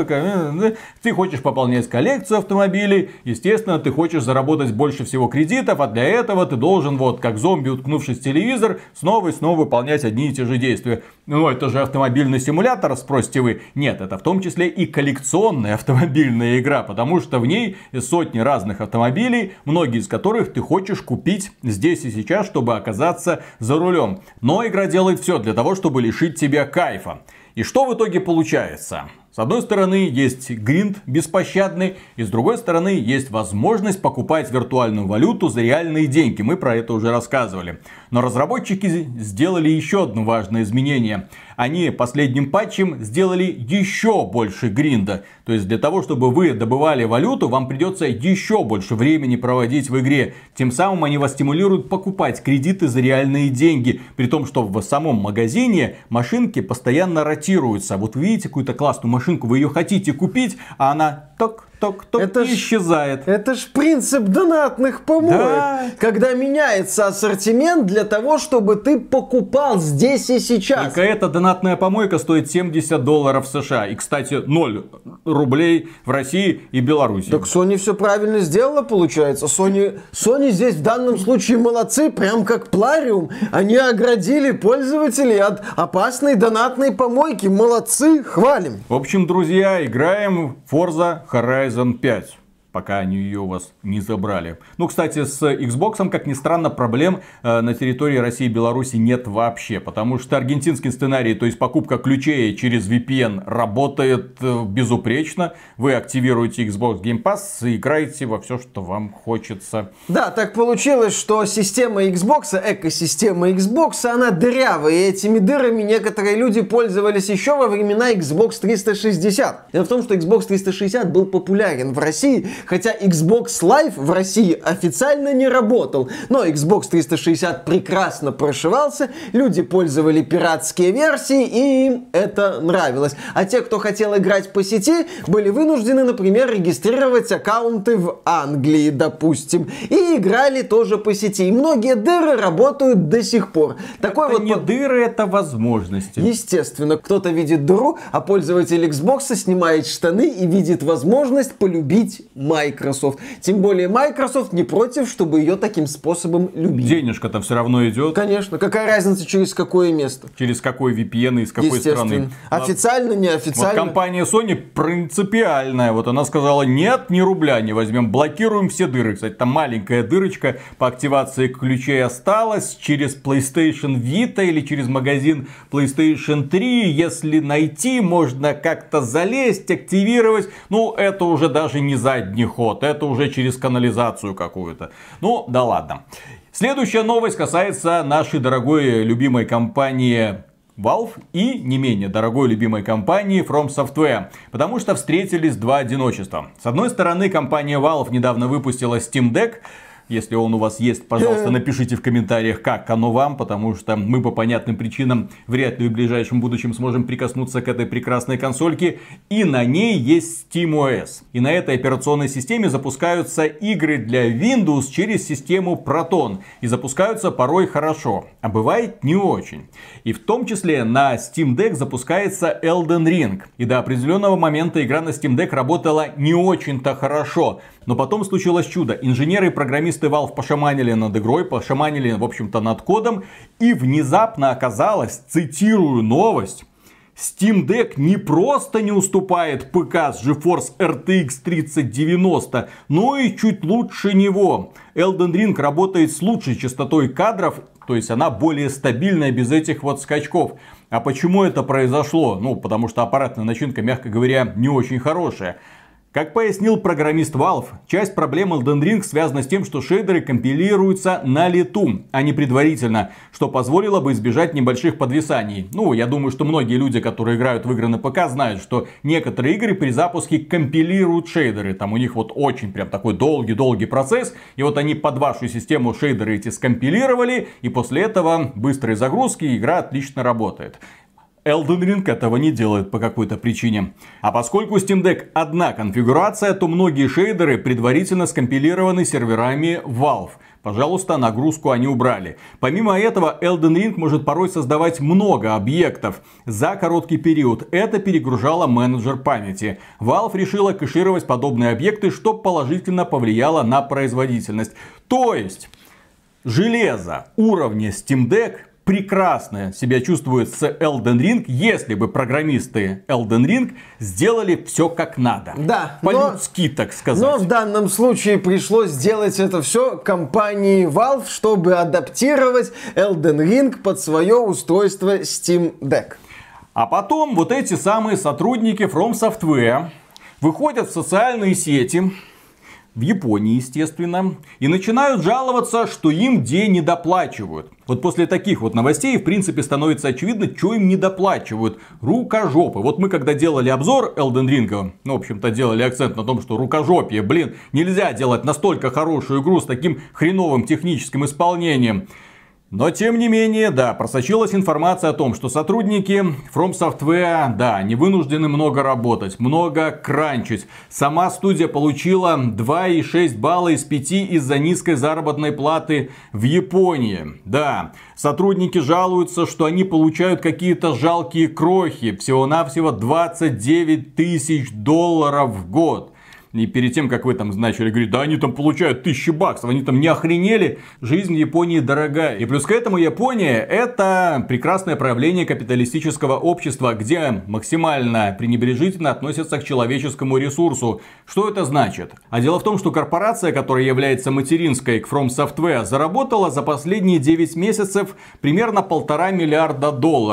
Ты хочешь пополнять коллекцию автомобилей, естественно, ты хочешь заработать больше всего кредитов, а для этого ты должен, вот как зомби, уткнувшись в телевизор, снова и снова выполнять одни и те же действия. Ну, это же автомобильный симулятор, спросите вы. Нет, это в том числе и коллекционная автомобильная игра, потому что в ней сотни разных автомобилей, многие из которых ты хочешь купить здесь и сейчас, чтобы оказаться за рулем. Но игра делает все для того, чтобы лишить тебя кайфа. И что в итоге получается? С одной стороны есть гринд беспощадный, и с другой стороны есть возможность покупать виртуальную валюту за реальные деньги. Мы про это уже рассказывали. Но разработчики сделали еще одно важное изменение. Они последним патчем сделали еще больше гринда. То есть для того, чтобы вы добывали валюту, вам придется еще больше времени проводить в игре. Тем самым они вас стимулируют покупать кредиты за реальные деньги. При том, что в самом магазине машинки постоянно ротируются. Вот вы видите какую-то классную машинку, вы ее хотите купить, а она ток-ток-ток и исчезает. Это ж принцип донатных помоек. Да. Когда меняется ассортимент для того, чтобы ты покупал здесь и сейчас. Только эта донатная помойка стоит $70 США. И, кстати, 0 рублей в России и Беларуси. Так Sony все правильно сделала, получается. Sony здесь в данном случае молодцы, прям как Plarium. Они оградили пользователей от опасной донатной помойки. Молодцы, хвалим. В общем, друзья, играем в Forza Horizon 5. пока они ее у вас не забрали. Ну, кстати, с Xbox, как ни странно, проблем на территории России и Беларуси нет вообще. Потому что аргентинский сценарий, то есть покупка ключей через VPN, работает безупречно. Вы активируете Xbox Game Pass и играете во все, что вам хочется. Да, так получилось, что система Xbox, экосистема Xbox, она дырявая. И этими дырами некоторые люди пользовались еще во времена Xbox 360. Дело в том, что Xbox 360 был популярен в России, хотя Xbox Live в России официально не работал. Но Xbox 360 прекрасно прошивался, люди пользовали пиратские версии, и им это нравилось. А те, кто хотел играть по сети, были вынуждены, например, регистрировать аккаунты в Англии, допустим, и играли тоже по сети. И многие дыры работают до сих пор. Такой это вот не дыры, это возможности. Естественно, кто-то видит дыру, а пользователь Xbox снимает штаны и видит возможность полюбить Microsoft. Тем более Microsoft не против, чтобы ее таким способом любить. Денежка-то все равно идет. Конечно. Какая разница, через какое место? Через какой VPN и из какой страны. Официально, неофициально. Вот компания Sony принципиальная. Вот она сказала, нет, ни рубля не возьмем. Блокируем все дыры. Кстати, там маленькая дырочка по активации ключей осталась. Через PlayStation Vita или через магазин PlayStation 3. Если найти, можно как-то залезть, активировать. Ну, это уже даже не задний ход. Это уже через канализацию какую-то. Ну, да ладно. Следующая новость касается нашей дорогой любимой компании Valve и не менее дорогой любимой компании From Software. Потому что встретились два одиночества. С одной стороны, компания Valve недавно выпустила Steam Deck. Если он у вас есть, пожалуйста, напишите в комментариях, как оно вам, потому что мы по понятным причинам вряд ли в ближайшем будущем сможем прикоснуться к этой прекрасной консольке. И на ней есть SteamOS. И на этой операционной системе запускаются игры для Windows через систему Proton. И запускаются порой хорошо, а бывает не очень. И в том числе на Steam Deck запускается Elden Ring. И до определенного момента игра на Steam Deck работала не очень-то хорошо. Но потом случилось чудо. Инженеры и программисты Valve пошаманили над игрой, пошаманили, в общем-то, над кодом. И внезапно оказалось, цитирую новость, Steam Deck не просто не уступает ПК с GeForce RTX 3090, но и чуть лучше него. Elden Ring работает с лучшей частотой кадров, то есть она более стабильная без этих вот скачков. А почему это произошло? Ну, потому что аппаратная начинка, мягко говоря, не очень хорошая. Как пояснил программист Valve, часть проблем Elden Ring связана с тем, что шейдеры компилируются на лету, а не предварительно, что позволило бы избежать небольших подвисаний. Ну, я думаю, что многие люди, которые играют в игры на ПК, знают, что некоторые игры при запуске компилируют шейдеры. Там у них вот очень прям такой долгий-долгий процесс, и вот они под вашу систему шейдеры эти скомпилировали, и после этого быстрой загрузки игра отлично работает. Elden Ring этого не делает по какой-то причине. А поскольку у Steam Deck одна конфигурация, то многие шейдеры предварительно скомпилированы серверами Valve. Пожалуйста, нагрузку они убрали. Помимо этого, Elden Ring может порой создавать много объектов за короткий период. Это перегружало менеджер памяти. Valve решила кэшировать подобные объекты, что положительно повлияло на производительность. То есть, железо уровня Steam Deck прекрасно себя чувствует с Elden Ring, если бы программисты Elden Ring сделали все как надо. Да, по-людски, так сказать. Но в данном случае пришлось сделать это все компании Valve, чтобы адаптировать Elden Ring под свое устройство Steam Deck. А потом вот эти самые сотрудники From Software выходят в социальные сети, в Японии, естественно, и начинают жаловаться, что им день недоплачивают. Вот после таких вот новостей, в принципе, становится очевидно, что им недоплачивают. Рукожопы. Вот мы, когда делали обзор Elden Ring, ну, в общем-то, делали акцент на том, что рукожопие, блин, нельзя делать настолько хорошую игру с таким хреновым техническим исполнением. Но, тем не менее, да, просочилась информация о том, что сотрудники From Software, да, не вынуждены много работать, много кранчить. Сама студия получила 2,6 балла из 5 из-за низкой заработной платы в Японии. Да, сотрудники жалуются, что они получают какие-то жалкие крохи, всего-навсего $29 000 в год. И перед тем, как вы там начали говорить, да они там получают $1000, они там не охренели, жизнь в Японии дорогая. И плюс к этому Япония это прекрасное проявление капиталистического общества, где максимально пренебрежительно относятся к человеческому ресурсу. Что это значит? А дело в том, что корпорация, которая является материнской к From Software, заработала за последние 9 месяцев примерно $1,5 миллиарда.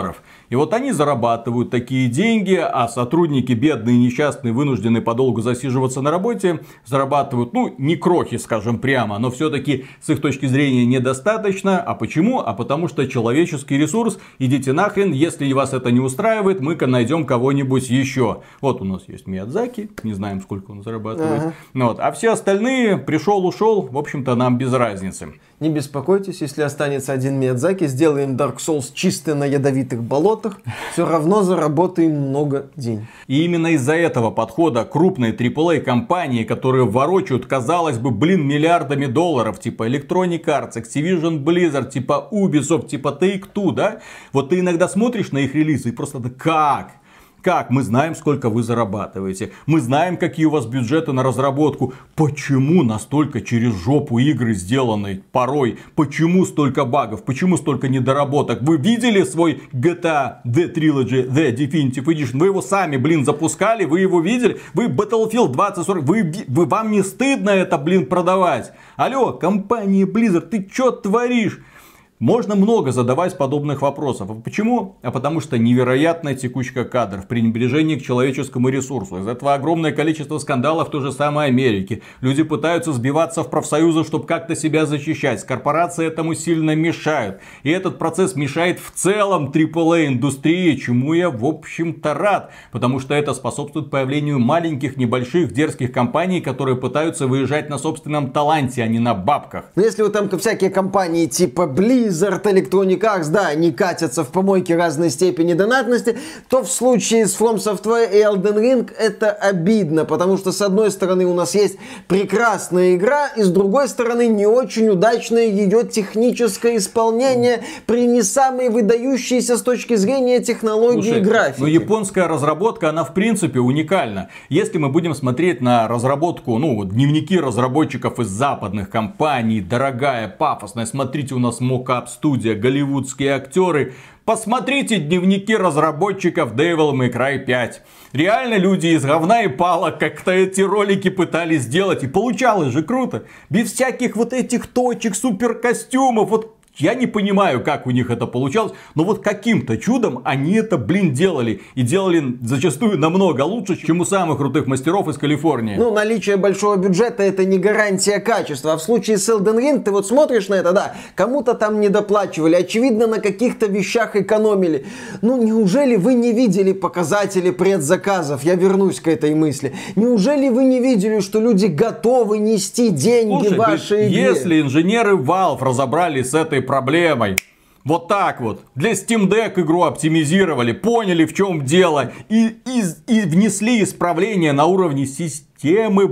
И вот они зарабатывают такие деньги, а сотрудники бедные, несчастные, вынуждены подолгу засиживаться на работе, зарабатывают, ну, не крохи, скажем прямо, но все-таки с их точки зрения недостаточно. А почему? А потому что человеческий ресурс, идите нахрен, если вас это не устраивает, мы-ка найдем кого-нибудь еще. Вот у нас есть Миядзаки, не знаем, сколько он зарабатывает. Вот. А все остальные, пришел, ушел, в общем-то, нам без разницы. Не беспокойтесь, если останется один Миядзаки, сделаем Dark Souls чисто на ядовитых болотах, все равно заработаем много денег. И именно из-за этого подхода крупные AAA компании, которые ворочают, казалось бы, миллиардами долларов, типа Electronic Arts, Activision Blizzard, типа Ubisoft, типа Take-Two, да? Вот ты иногда смотришь на их релизы и просто как? Как? Мы знаем, сколько вы зарабатываете. Мы знаем, какие у вас бюджеты на разработку. Почему настолько через жопу игры сделаны порой? Почему столько багов? Почему столько недоработок? Вы видели свой GTA The Trilogy, The Definitive Edition? Вы его сами, запускали? Вы его видели? Вы Battlefield 2040? Вам не стыдно это, продавать? Алло, компания Blizzard, ты чё творишь? Можно много задавать подобных вопросов. Почему? А потому что невероятная текучка кадров, пренебрежение к человеческому ресурсу. Из этого огромное количество скандалов в той же самой Америке. Люди пытаются сбиваться в профсоюзы, чтобы как-то себя защищать. Корпорации этому сильно мешают. И этот процесс мешает в целом AAA-индустрии, чему я, в общем-то, рад. Потому что это способствует появлению маленьких, небольших, дерзких компаний, которые пытаются выезжать на собственном таланте, а не на бабках. Но если вот там всякие компании типа Blizzard, Electronic Arts, да, они катятся в помойке разной степени донатности, то в случае с From Software и Elden Ring это обидно, потому что с одной стороны у нас есть прекрасная игра, и с другой стороны не очень удачное ее техническое исполнение при не самой выдающейся с точки зрения технологии и графики. Но японская разработка, она в принципе уникальна. Если мы будем смотреть на разработку, дневники разработчиков из западных компаний, дорогая, пафосная, смотрите, у нас мокап студия, голливудские актеры. Посмотрите дневники разработчиков Devil May Cry 5. Реально люди из говна и палок как-то эти ролики пытались сделать. И получалось же круто. Без всяких вот этих точек, супер костюмов. Вот я не понимаю, как у них это получалось, но вот каким-то чудом они это, делали. И делали зачастую намного лучше, чем у самых крутых мастеров из Калифорнии. Наличие большого бюджета это не гарантия качества. А в случае с Elden Ring ты вот смотришь на это, да, кому-то там недоплачивали, очевидно, на каких-то вещах экономили. Неужели вы не видели показатели предзаказов? Я вернусь к этой мысли. Неужели вы не видели, что люди готовы нести деньги в вашей игре? Если инженеры Valve разобрались с этой проблемой, вот так вот, для Steam Deck игру оптимизировали, поняли, в чем дело, и внесли исправления на уровне системы,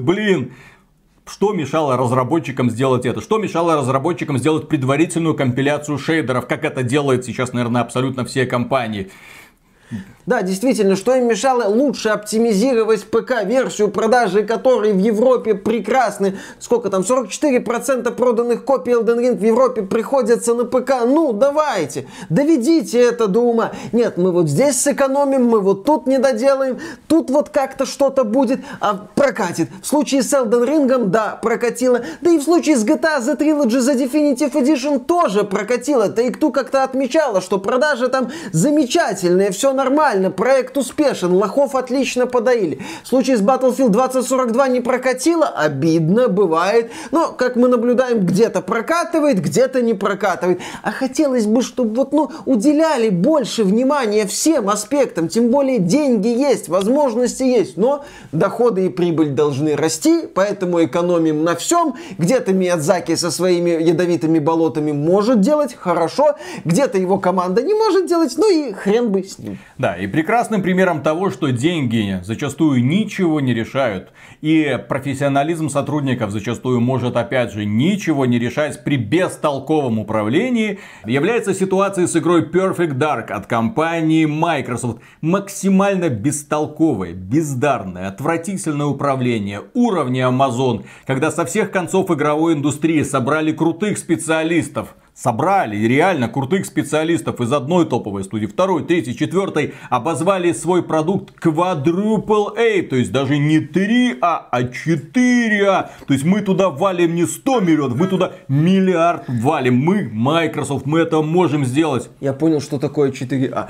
Что мешало разработчикам сделать это? Что мешало разработчикам сделать предварительную компиляцию шейдеров, как это делают сейчас, наверное, абсолютно все компании? Да, действительно, что им мешало лучше оптимизировать ПК-версию, продажи которой в Европе прекрасны. Сколько там, 44% проданных копий Elden Ring в Европе приходятся на ПК. Давайте, доведите это до ума. Нет, мы вот здесь сэкономим, мы вот тут не доделаем, тут вот как-то что-то будет, а прокатит. В случае с Elden Ring, да, прокатило. Да и в случае с GTA The Trilogy The Definitive Edition тоже прокатило. Take-Two как-то отмечала, что продажи там замечательные, все нормально. Проект успешен, лохов отлично подоили. В случае с Battlefield 2042 не прокатило, обидно, бывает. Но, как мы наблюдаем, где-то прокатывает, где-то не прокатывает. А хотелось бы, чтобы уделяли больше внимания всем аспектам. Тем более деньги есть, возможности есть. Но доходы и прибыль должны расти, поэтому экономим на всем. Где-то Миядзаки со своими ядовитыми болотами может делать хорошо, где-то его команда не может делать, и хрен бы с ним. Да, и прекрасным примером того, что деньги зачастую ничего не решают, и профессионализм сотрудников зачастую может, опять же, ничего не решать при бестолковом управлении, является ситуация с игрой Perfect Dark от компании Microsoft. Максимально бестолковое, бездарное, отвратительное управление уровня Amazon, когда со всех концов игровой индустрии собрали крутых специалистов. Собрали реально крутых специалистов из одной топовой студии, второй, третьей, четвертой, обозвали свой продукт Quadruple A, то есть даже не 3А, а 4А. То есть мы туда валим не 100 миллионов, мы туда миллиард валим. Мы, Microsoft, мы это можем сделать. Я понял, что такое 4А.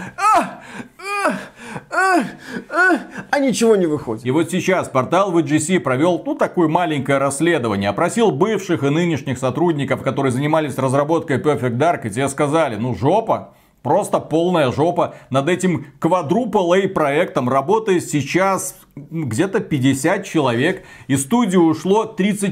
А ничего не выходит. И вот сейчас портал VGC провел такое маленькое расследование. Опросил бывших и нынешних сотрудников, которые занимались разработкой Perfect Dark. И те сказали, жопа. Просто полная жопа. Над этим Quadruple A проектом работает сейчас где-то 50 человек. Из студии ушло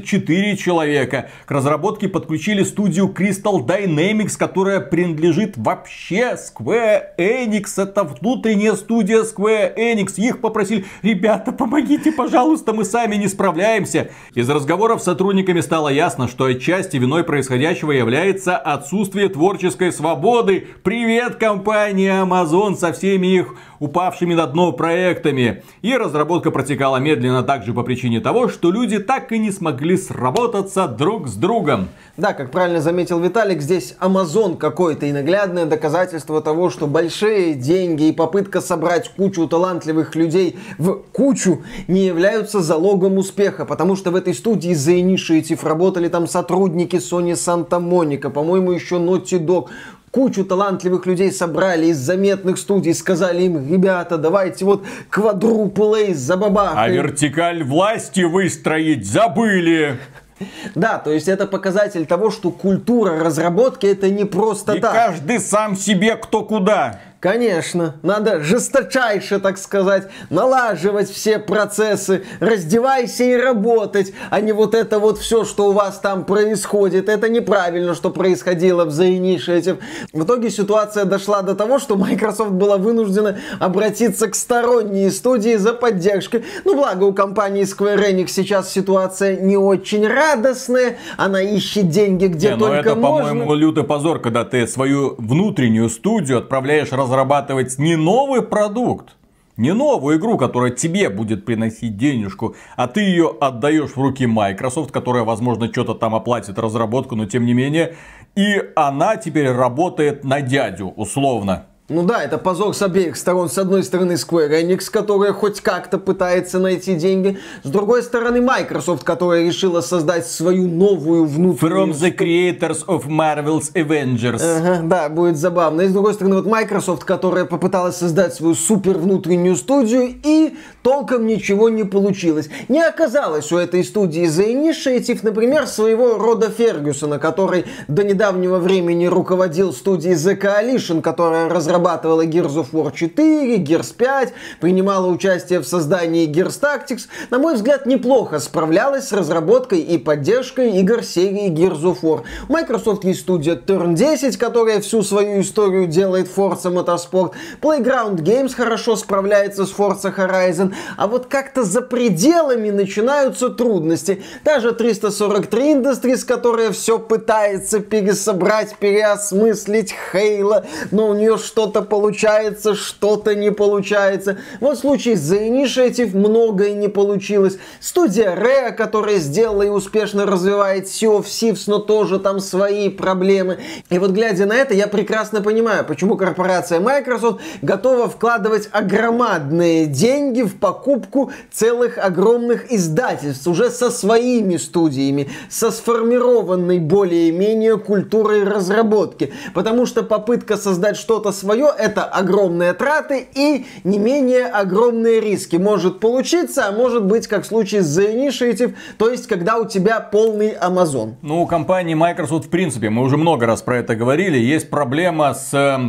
34 человека. К разработке подключили студию Crystal Dynamics, которая принадлежит вообще Square Enix. Это внутренняя студия Square Enix. Их попросили, ребята, помогите, пожалуйста, мы сами не справляемся. Из разговоров с сотрудниками стало ясно, что отчасти виной происходящего является отсутствие творческой свободы. Привет, компания Amazon со всеми их упавшими на дно проектами. И разработка протекала медленно также по причине того, что люди так и не смогли сработаться друг с другом. Да, как правильно заметил Виталик, здесь Amazon какое-то и наглядное доказательство того, что большие деньги и попытка собрать кучу талантливых людей в кучу не являются залогом успеха, потому что в этой студии The Initiative работали там сотрудники Sony Santa Monica, по-моему, еще Naughty Dog. Кучу талантливых людей собрали из заметных студий, сказали им, ребята, давайте вот Quadruple A забабахаем. А вертикаль власти выстроить забыли. Да, то есть это показатель того, что культура разработки это не просто так. И каждый сам себе кто куда. Конечно, надо жесточайше, так сказать, налаживать все процессы, раздевайся и работать, а не вот это вот все, что у вас там происходит. Это неправильно, что происходило в The Initiative. В итоге ситуация дошла до того, что Microsoft была вынуждена обратиться к сторонней студии за поддержкой. Благо у компании Square Enix сейчас ситуация не очень радостная, она ищет деньги где только это, можно. По-моему, лютый позор, когда ты свою внутреннюю студию отправляешь разрабатывать не новый продукт, не новую игру, которая тебе будет приносить денежку, а ты ее отдаешь в руки Microsoft, которая, возможно, что-то там оплатит разработку, но тем не менее, и она теперь работает на дядю, условно. Да, это позор с обеих сторон. С одной стороны Square Enix, которая хоть как-то пытается найти деньги. С другой стороны Microsoft, которая решила создать свою новую внутреннюю... From the creators of Marvel's Avengers. Ага, да, будет забавно. И с другой стороны Microsoft, которая попыталась создать свою супер внутреннюю студию и толком ничего не получилось. Не оказалось у этой студии The Initiative, например, своего рода Фергюсона, который до недавнего времени руководил студией The Coalition, которая разрабатывала Gears of War 4, Gears 5, принимала участие в создании Gears Tactics. На мой взгляд, неплохо справлялась с разработкой и поддержкой игр серии Gears of War. У Microsoft есть студия Turn 10, которая всю свою историю делает Forza Motorsport. Playground Games хорошо справляется с Forza Horizon. А вот как-то за пределами начинаются трудности. Та же 343 Industries, которая все пытается пересобрать, переосмыслить Halo, но у нее что-то получается, что-то не получается. Вот в случае с The Initiative многое не получилось. Студия Rare, которая сделала и успешно развивает Sea of Thieves, но тоже там свои проблемы. И вот глядя на это, я прекрасно понимаю, почему корпорация Microsoft готова вкладывать огромадные деньги в покупку целых огромных издательств уже со своими студиями, со сформированной более-менее культурой разработки. Потому что попытка создать что-то свое — это огромные траты и не менее огромные риски. Может получиться, а может быть, как в случае с The Initiative, то есть когда у тебя полный Amazon. У компании Microsoft, в принципе, мы уже много раз про это говорили, есть проблема с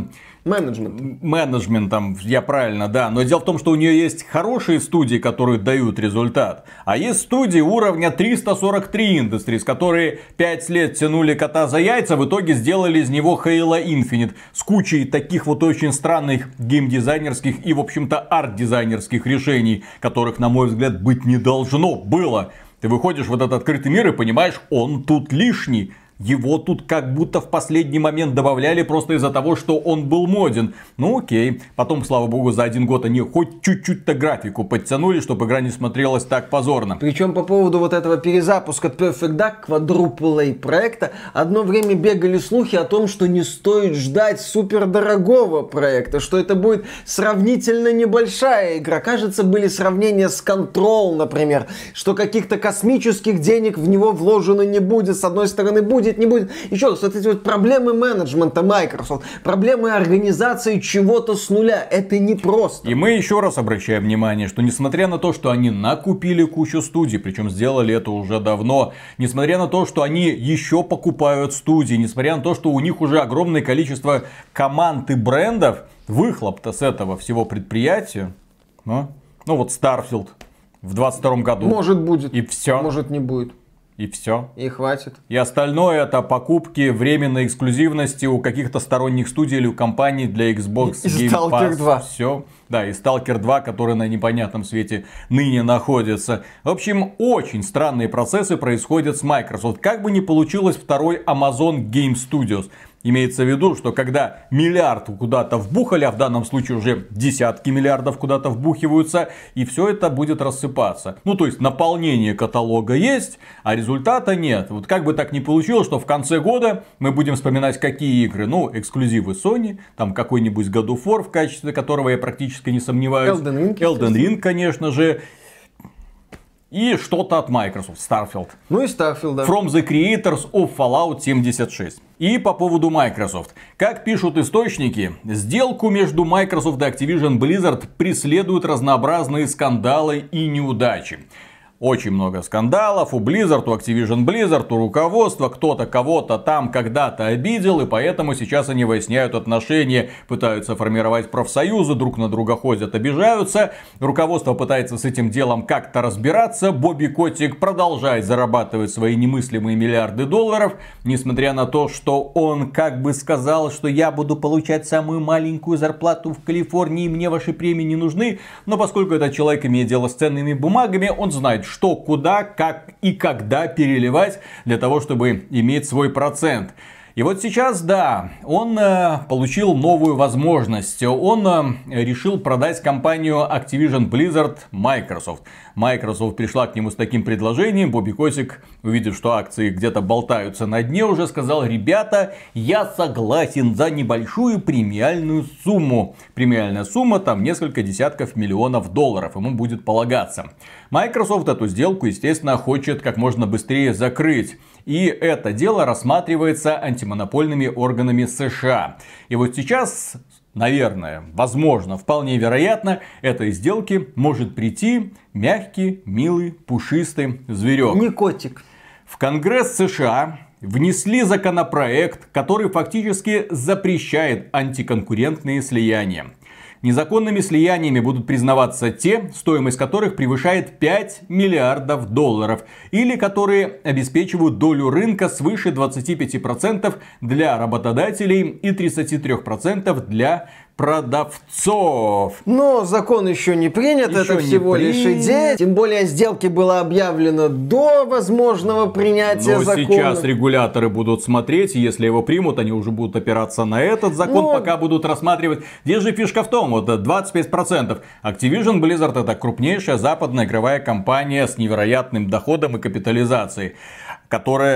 Менеджментом, я правильно, да. Но дело в том, что у нее есть хорошие студии, которые дают результат. А есть студии уровня 343 Industries, которые 5 лет тянули кота за яйца, в итоге сделали из него Halo Infinite. С кучей таких вот очень странных геймдизайнерских и, в общем-то, арт-дизайнерских решений, которых, на мой взгляд, быть не должно было. Ты выходишь в этот открытый мир и понимаешь, он тут лишний. Его тут как будто в последний момент добавляли просто из-за того, что он был моден. Ну окей. Потом, слава богу, за 1 год они хоть чуть-чуть-то графику подтянули, чтобы игра не смотрелась так позорно. Причем по поводу вот этого перезапуска Perfect Dark Quadruple A проекта одно время бегали слухи о том, что не стоит ждать супердорогого проекта, что это будет сравнительно небольшая игра. Кажется, были сравнения с Control, например, что каких-то космических денег в него вложено не будет. С одной стороны, будет, не будет. Еще раз, вот эти вот проблемы менеджмента Microsoft, проблемы организации чего-то с нуля, это непросто. И мы еще раз обращаем внимание, что несмотря на то, что они накупили кучу студий, причем сделали это уже давно, несмотря на то, что они еще покупают студии, несмотря на то, что у них уже огромное количество команд и брендов, выхлоп-то с этого всего предприятия, ну вот Starfield в 22 году. Может будет. И все. Может не будет. И все. И хватит. И остальное это покупки временной эксклюзивности у каких-то сторонних студий или у компаний для Xbox Game Pass. Stalker 2. Все. Да, и Stalker 2, который на непонятном свете ныне находится. В общем, очень странные процессы происходят с Microsoft. Как бы ни получилось второй Amazon Game Studios. Имеется в виду, что когда миллиард куда-то вбухали, а в данном случае уже десятки миллиардов куда-то вбухиваются, и все это будет рассыпаться. Ну, то есть, наполнение каталога есть, а результата нет. Вот как бы так ни получилось, что в конце года мы будем вспоминать, какие игры. Ну, эксклюзивы Sony, там какой-нибудь God of War, в качестве которого я практически не сомневаюсь. Elden Ring, конечно же. И что-то от Microsoft, Starfield. Ну и Starfield, да. From the creators of Fallout 76. И по поводу Microsoft. Как пишут источники, сделку между Microsoft и Activision Blizzard преследуют разнообразные скандалы и неудачи. Очень много скандалов у Blizzard, у Activision Blizzard, у руководства. Кто-то кого-то там когда-то обидел, и поэтому сейчас они выясняют отношения, пытаются формировать профсоюзы, друг на друга ходят, обижаются. Руководство пытается с этим делом как-то разбираться. Бобби Котик продолжает зарабатывать свои немыслимые миллиарды долларов, несмотря на то, что он как бы сказал, что я буду получать самую маленькую зарплату в Калифорнии, мне ваши премии не нужны. Но поскольку этот человек имеет дело с ценными бумагами, он знает, что, куда, как и когда переливать для того, чтобы иметь свой процент. И вот сейчас, да, он получил новую возможность. Он решил продать компанию Activision Blizzard Microsoft. Microsoft пришла к нему с таким предложением. Бобби Котик, увидев, что акции где-то болтаются на дне, уже сказал: ребята, я согласен за небольшую премиальную сумму. Премиальная сумма там несколько десятков миллионов долларов ему будет полагаться. Microsoft эту сделку, естественно, хочет как можно быстрее закрыть. И это дело рассматривается антимонопольными органами США. И вот сейчас, наверное, возможно, вполне вероятно, этой сделке может прийти мягкий, милый, пушистый зверек. Не котик. В Конгресс США внесли законопроект, который фактически запрещает антиконкурентные слияния. Незаконными слияниями будут признаваться те, стоимость которых превышает 5 миллиардов долларов, или которые обеспечивают долю рынка свыше 25% для работодателей и 33% для продавцов. Но закон еще не принят, это всего лишь идея. Тем более сделки было объявлено до возможного принятия закона. Но сейчас регуляторы будут смотреть, и если его примут, они уже будут опираться на этот закон, пока будут рассматривать. Здесь же фишка в том, вот 25%. Activision Blizzard — это крупнейшая западная игровая компания с невероятным доходом и капитализацией, которая,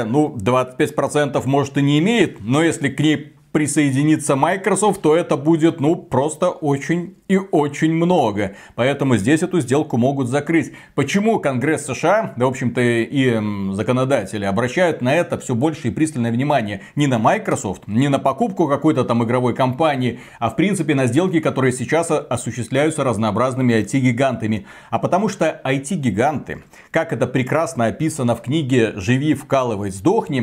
25% может и не имеет, но если к ней присоединится Microsoft, то это будет, просто очень и очень много. Поэтому здесь эту сделку могут закрыть. Почему Конгресс США, да, в общем-то, и законодатели обращают на это все больше и пристальное внимание? Не на Microsoft, не на покупку какой-то там игровой компании, а в принципе на сделки, которые сейчас осуществляются разнообразными IT-гигантами. А потому что IT-гиганты, как это прекрасно описано в книге «Живи, вкалывай, сдохни»,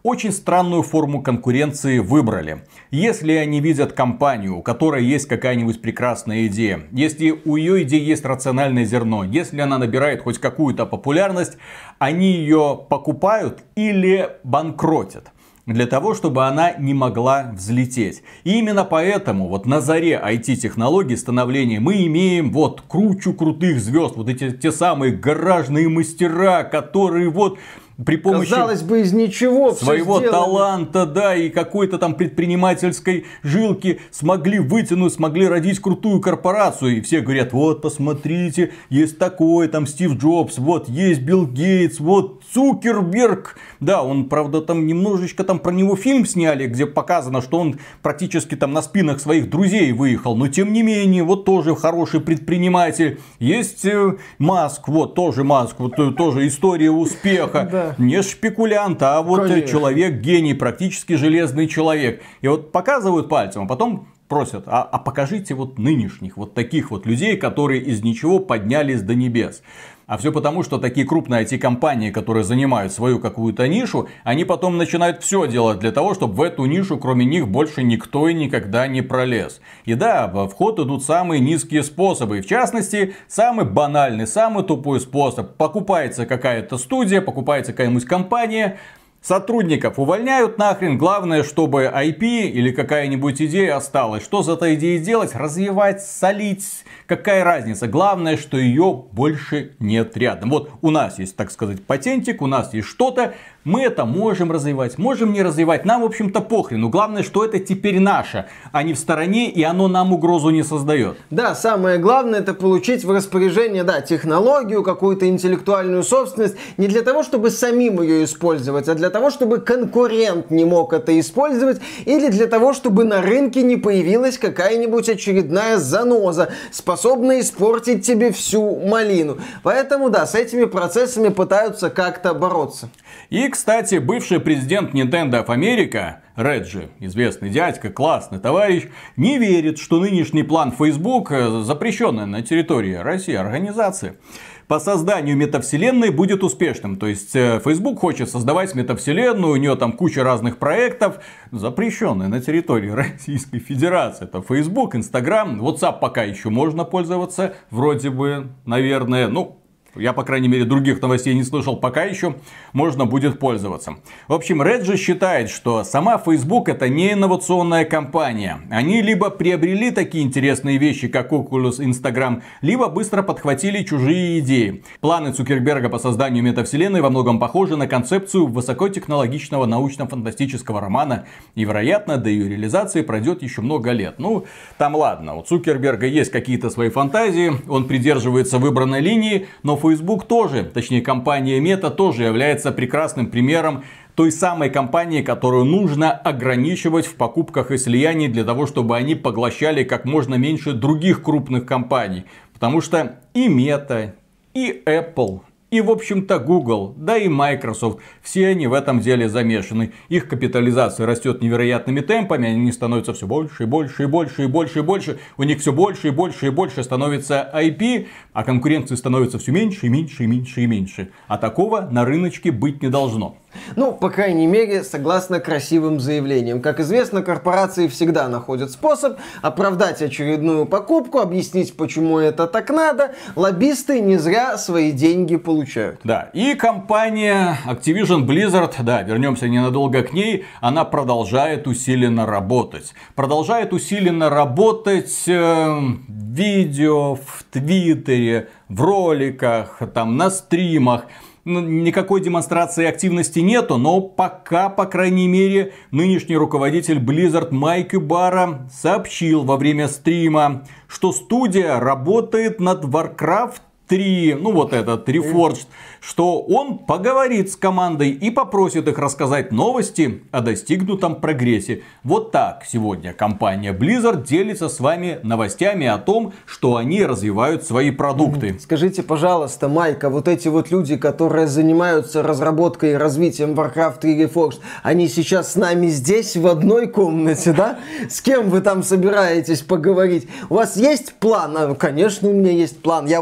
очень странную форму конкуренции выбрали. Если они видят компанию, у которой есть какая-нибудь прекрасная идея, если у ее идеи есть рациональное зерно, если она набирает хоть какую-то популярность, они ее покупают или банкротят, для того, чтобы она не могла взлететь. И именно поэтому вот на заре IT-технологий становления мы имеем вот кучу крутых звезд, вот эти те самые гаражные мастера, которые вот при помощи, казалось бы, из ничего своего таланта, да, и какой-то там предпринимательской жилки смогли вытянуть, смогли родить крутую корпорацию. И все говорят: вот, посмотрите, есть такой там Стив Джобс, вот есть Билл Гейтс, вот Цукерберг. Да, он, правда, там немножечко там про него фильм сняли, где показано, что он практически там на спинах своих друзей выехал. Но тем не менее, вот тоже хороший предприниматель. Есть Маск, вот тоже Маск, вот тоже история успеха. Да. Не шпекулянт, а вот человек-гений, практически железный человек. И вот показывают пальцем, а потом просят: а покажите вот нынешних, вот таких вот людей, которые из ничего поднялись до небес. А все потому, что такие крупные IT-компании, которые занимают свою какую-то нишу, они потом начинают все делать для того, чтобы в эту нишу, кроме них, больше никто и никогда не пролез. И да, в ход идут самые низкие способы. В частности, самый банальный, самый тупой способ. Покупается какая-то студия, покупается какая-нибудь компания, сотрудников увольняют нахрен, главное, чтобы IP или какая-нибудь идея осталась. Что за этой идеей делать? Развивать, солить, какая разница? Главное, что ее больше нет рядом. Вот у нас есть, так сказать, патентик, у нас есть что-то, мы это можем развивать, можем не развивать, нам, в общем-то, похрену. Главное, что это теперь наше, а не в стороне, и оно нам угрозу не создает. Да, самое главное — это получить в распоряжение, да, технологию, какую-то интеллектуальную собственность, не для того, чтобы самим ее использовать, а для того, чтобы конкурент не мог это использовать, или для того, чтобы на рынке не появилась какая-нибудь очередная заноза, способная испортить тебе всю малину. Поэтому, да, с этими процессами пытаются как-то бороться. И, кстати, бывший президент Nintendo of America, Реджи, известный дядька, классный товарищ, не верит, что нынешний план Facebook, запрещенная на территории России организация, по созданию метавселенной будет успешным. То есть Facebook хочет создавать метавселенную, у нее там куча разных проектов, запрещенные на территории Российской Федерации. Это Facebook, Instagram, WhatsApp пока еще можно пользоваться, вроде бы, наверное, я, по крайней мере, других новостей не слышал, пока еще можно будет пользоваться. В общем, Реджи считает, что сама Facebook это не инновационная компания. Они либо приобрели такие интересные вещи, как Oculus, Instagram, либо быстро подхватили чужие идеи. Планы Цукерберга по созданию метавселенной во многом похожи на концепцию высокотехнологичного научно-фантастического романа. И, вероятно, до ее реализации пройдет еще много лет. Там ладно, у Цукерберга есть какие-то свои фантазии, он придерживается выбранной линии, но Facebook тоже, точнее компания Meta тоже является прекрасным примером той самой компании, которую нужно ограничивать в покупках и слиянии для того, чтобы они поглощали как можно меньше других крупных компаний. Потому что и Meta, и Apple, и, в общем-то, Google, да и Microsoft, все они в этом деле замешаны. Их капитализация растет невероятными темпами, они становятся все больше и больше и больше и больше и больше. У них все больше и больше и больше становится IP, а конкуренции становится все меньше и меньше и меньше и меньше. А такого на рыночке быть не должно. По крайней мере, согласно красивым заявлениям. Как известно, корпорации всегда находят способ оправдать очередную покупку, объяснить, почему это так надо. Лоббисты не зря свои деньги получают. Да, и компания Activision Blizzard, да, вернемся ненадолго к ней, она продолжает усиленно работать. Продолжает усиленно работать в видео, в Твиттере, в роликах, там, на стримах. Никакой демонстрации активности нету, но пока, по крайней мере, нынешний руководитель Blizzard Майк Ибарра сообщил во время стрима, что студия работает над Warcraft 3, этот Reforged, что он поговорит с командой и попросит их рассказать новости о достигнутом прогрессе. Вот так сегодня компания Blizzard делится с вами новостями о том, что они развивают свои продукты. Скажите, пожалуйста, Майк, а вот эти вот люди, которые занимаются разработкой и развитием Warcraft 3 Reforged, они сейчас с нами здесь в одной комнате, да? С кем вы там собираетесь поговорить? У вас есть план? Конечно, у меня есть план. Я вот сейчас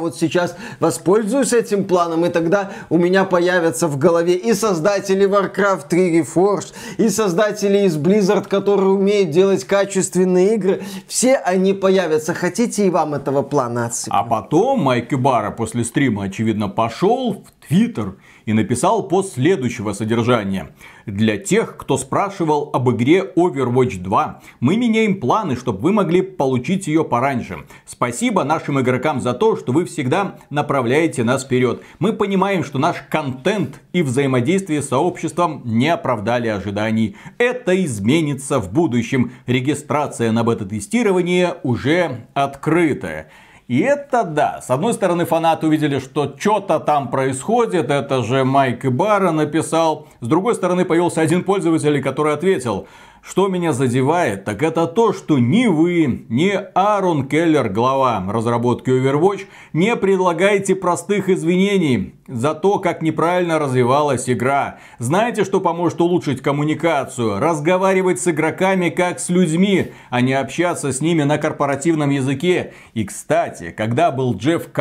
сейчас воспользуюсь этим планом, и тогда у меня появятся в голове и создатели Warcraft 3 Reforged, и создатели из Blizzard, которые умеют делать качественные игры. Все они появятся. Хотите, и вам этого плана отсыплю. А потом Майк Ибарра после стрима, очевидно, пошел в Твиттер и написал пост следующего содержания. Для тех, кто спрашивал об игре Overwatch 2, мы меняем планы, чтобы вы могли получить ее пораньше. Спасибо нашим игрокам за то, что вы всегда направляете нас вперед. Мы понимаем, что наш контент и взаимодействие с сообществом не оправдали ожиданий. Это изменится в будущем. Регистрация на бета-тестирование уже открытая. И это да, с одной стороны фанаты увидели, что что-то там происходит, это же Майк Ибарра написал. С другой стороны появился один пользователь, который ответил: что меня задевает, так это то, что ни вы, ни Аарон Келлер, глава разработки Overwatch, не предлагаете простых извинений за то, как неправильно развивалась игра. Знаете, что поможет улучшить коммуникацию? Разговаривать с игроками как с людьми, а не общаться с ними на корпоративном языке. И, кстати, когда Джефф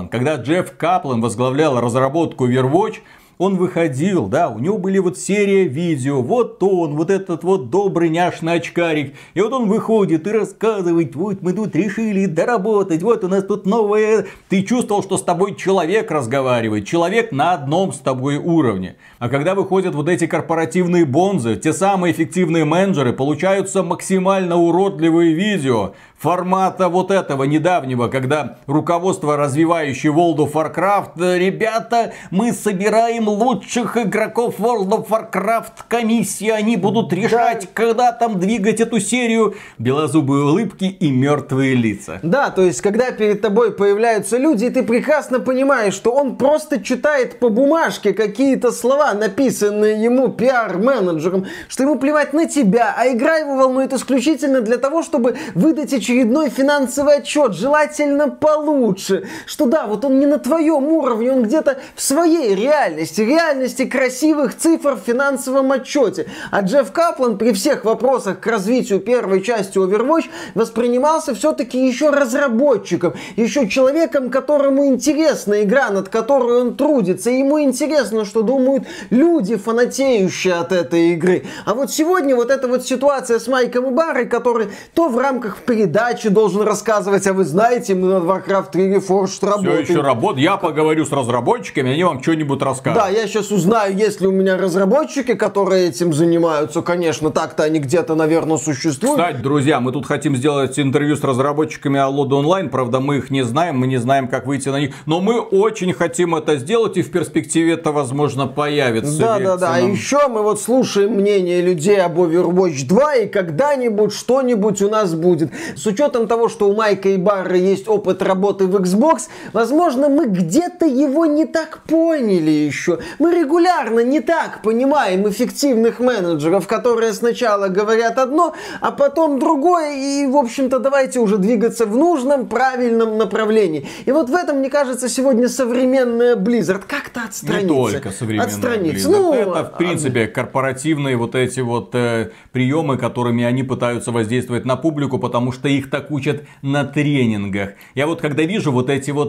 Каплан возглавлял разработку Overwatch, он выходил, да, у него были вот серия видео, вот он, вот этот вот добрый няшный очкарик. И вот он выходит и рассказывает: вот мы тут решили доработать, вот у нас тут новое. Ты чувствовал, что с тобой человек разговаривает, человек на одном с тобой уровне. А когда выходят вот эти корпоративные бонзы, те самые эффективные менеджеры, получаются максимально уродливые видео формата вот этого недавнего, когда руководство, развивающее World of Warcraft: ребята, мы собираем лучших игроков World of Warcraft, комиссия, они будут решать, когда там двигать эту серию. Белозубые улыбки и мертвые лица. Да, то есть, когда перед тобой появляются люди, и ты прекрасно понимаешь, что он просто читает по бумажке какие-то слова, написанные ему пиар-менеджером, что ему плевать на тебя, а игра его волнует исключительно для того, чтобы выдать очередной финансовый отчет, желательно получше. Что да, вот он не на твоем уровне, он где-то в своей реальности красивых цифр в финансовом отчете. А Джефф Каплан при всех вопросах к развитию первой части Overwatch воспринимался все-таки еще разработчиком, еще человеком, которому интересна игра, над которой он трудится. И ему интересно, что думают люди, фанатеющие от этой игры. А вот сегодня вот эта вот ситуация с Майком Ибаррой, который то в рамках передачи должен рассказывать: а вы знаете, мы над Warcraft 3 Reforged работаем. Все еще работает. Я поговорю с разработчиками, они вам что-нибудь расскажут. Да, я сейчас узнаю, есть ли у меня разработчики, которые этим занимаются. Конечно, так-то они где-то, наверное, существуют. Кстати, друзья, мы тут хотим сделать интервью с разработчиками Alloda Online. Правда, мы их не знаем, мы не знаем, как выйти на них. Но мы очень хотим это сделать, и в перспективе это, возможно, появится. Да. А еще мы вот слушаем мнение людей об Overwatch 2, и когда-нибудь что-нибудь у нас будет. С учетом того, что у Майка Ибарры есть опыт работы в Xbox, возможно, мы где-то его не так поняли еще. Мы регулярно не так понимаем эффективных менеджеров, которые сначала говорят одно, а потом другое. И, в общем-то, давайте уже двигаться в нужном, правильном направлении. И вот в этом, мне кажется, сегодня современная Blizzard как-то отстранится. Не только современная Blizzard. Это, в принципе, корпоративные вот эти вот приемы, которыми они пытаются воздействовать на публику, потому что их так учат на тренингах. Я вот когда вижу вот эти вот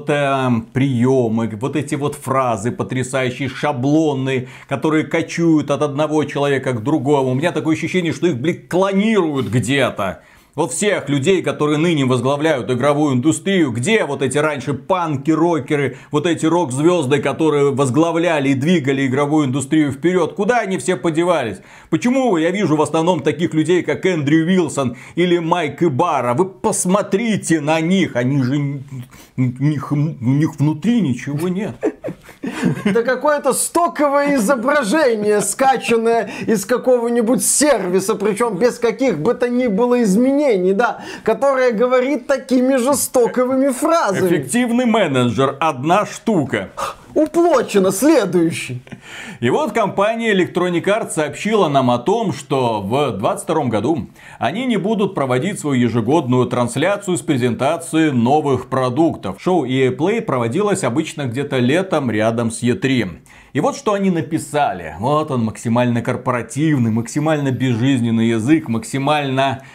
приемы, вот эти вот фразы потрясающие, шаблоны, которые кочуют от одного человека к другому, у меня такое ощущение, что их, блин, клонируют где-то. Вот всех людей, которые ныне возглавляют игровую индустрию, где вот эти раньше панки, рокеры, вот эти рок-звезды, которые возглавляли и двигали игровую индустрию вперед, куда они все подевались? Почему я вижу в основном таких людей, как Эндрю Уилсон или Майк Ибарра? Вы посмотрите на них, они же, у них внутри ничего нет. Да какое-то стоковое изображение, скачанное из какого-нибудь сервиса, причем без каких бы то ни было изменений, да, которое говорит такими же стоковыми фразами. Эффективный менеджер, одна штука. Уплочено, следующий. И вот компания Electronic Arts сообщила нам о том, что в 2022 году они не будут проводить свою ежегодную трансляцию с презентацией новых продуктов. Шоу EA Play проводилось обычно где-то летом рядом с E3. И вот что они написали. Вот он, максимально корпоративный, максимально безжизненный язык, максимально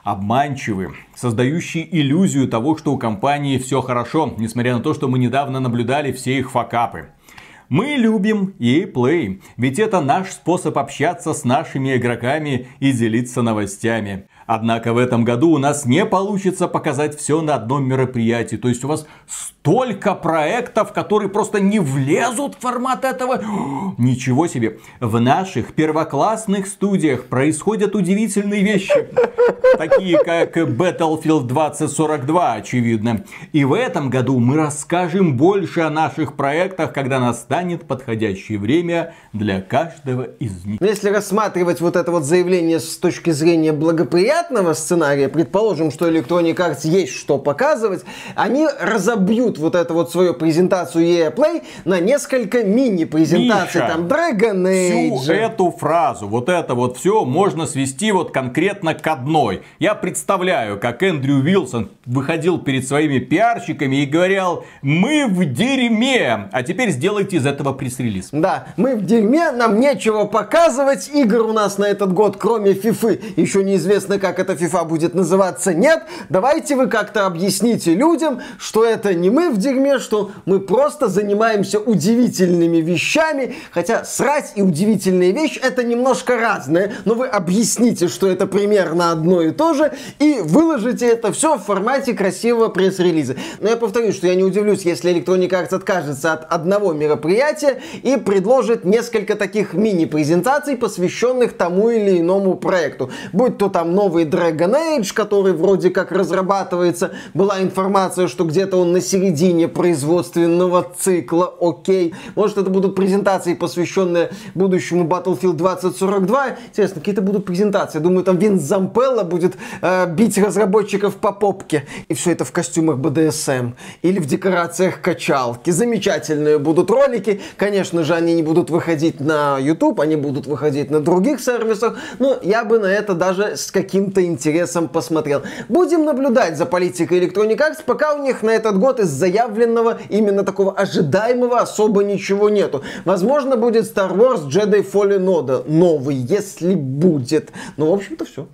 обманчивы, создающие иллюзию того, что у компании все хорошо, несмотря на то, что мы недавно наблюдали все их факапы. Мы любим EA Play, ведь это наш способ общаться с нашими игроками и делиться новостями. Однако в этом году у нас не получится показать все на одном мероприятии. То есть у вас столько проектов, которые просто не влезут в формат этого. Ничего себе. В наших первоклассных студиях происходят удивительные вещи. Такие как Battlefield 2042, очевидно. И в этом году мы расскажем больше о наших проектах, когда настанет подходящее время для каждого из них. Если рассматривать вот это вот заявление с точки зрения благоприятного сценария, предположим, что Electronic Arts есть что показывать, они разобьют вот эту вот свою презентацию EA Play на несколько мини-презентаций. Миша, там Dragon Age. Всю эту фразу, вот это вот все можно свести вот конкретно к одной. Я представляю, как Эндрю Уилсон выходил перед своими пиарщиками и говорил: мы в дерьме, а теперь сделайте из этого пресс-релиз. Да, мы в дерьме, нам нечего показывать, игр у нас на этот год, кроме FIFA, еще неизвестно, как эта FIFA будет называться, нет. Давайте вы как-то объясните людям, что это не мы в дерьме, что мы просто занимаемся удивительными вещами, хотя срать и удивительные вещи это немножко разное, но вы объясните, что это примерно одно и то же, и выложите это все в формате красивого пресс-релиза. Но я повторюсь, что я не удивлюсь, если Electronic Arts откажется от одного мероприятия и предложит несколько таких мини-презентаций, посвященных тому или иному проекту. Будь то там новый Dragon Age, который вроде как разрабатывается, была информация, что где-то он на середине производственного цикла, окей. Может, это будут презентации, посвященные будущему Battlefield 2042. Интересно, какие-то будут презентации. Думаю, там Винс Зампелло будет бить разработчиков по попке. И все это в костюмах BDSM. Или в декорациях качалки. Замечательные будут ролики. Конечно же, они не будут выходить на YouTube, они будут выходить на других сервисах. Но я бы на это даже с каким-то интересом посмотрел. Будем наблюдать за политикой Electronic Arts, пока у них на этот год из заявленного, именно такого ожидаемого, особо ничего нету. Возможно, будет Star Wars Jedi Fallen Order новый, если будет. Ну, в общем-то, все.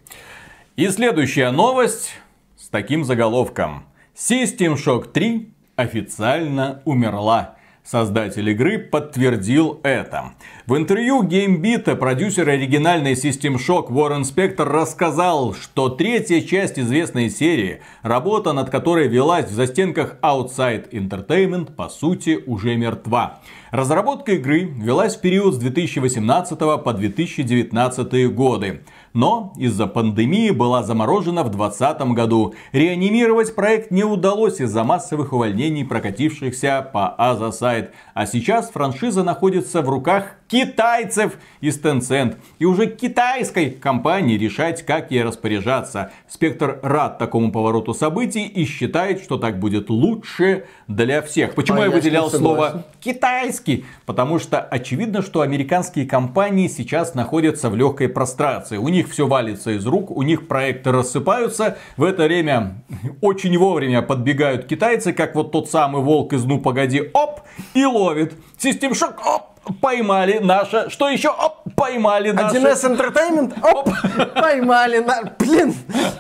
И следующая новость с таким заголовком: System Shock 3 официально умерла. Создатель игры подтвердил это. В интервью GameBeat продюсер оригинальной System Shock Уоррен Спектор рассказал, что третья часть известной серии, работа над которой велась в застенках Outside Entertainment, по сути уже мертва. Разработка игры велась в период с 2018 по 2019 годы. Но из-за пандемии была заморожена в 2020 году. Реанимировать проект не удалось из-за массовых увольнений, прокатившихся по Azasite. А сейчас франшиза находится в руках китайцев из Tencent. И уже китайской компании решать, как ей распоряжаться. Спектр рад такому повороту событий и считает, что так будет лучше для всех. Почему я выделял слово «китайский»? Потому что очевидно, что американские компании сейчас находятся в легкой прострации. У них все валится из рук, у них проекты рассыпаются. В это время очень вовремя подбегают китайцы, как вот тот самый волк из «Ну погоди», оп, и ловит. System Shock, оп, поймали наше. Что еще? Оп, поймали наше. 1С Entertainment, оп, поймали на... Блин.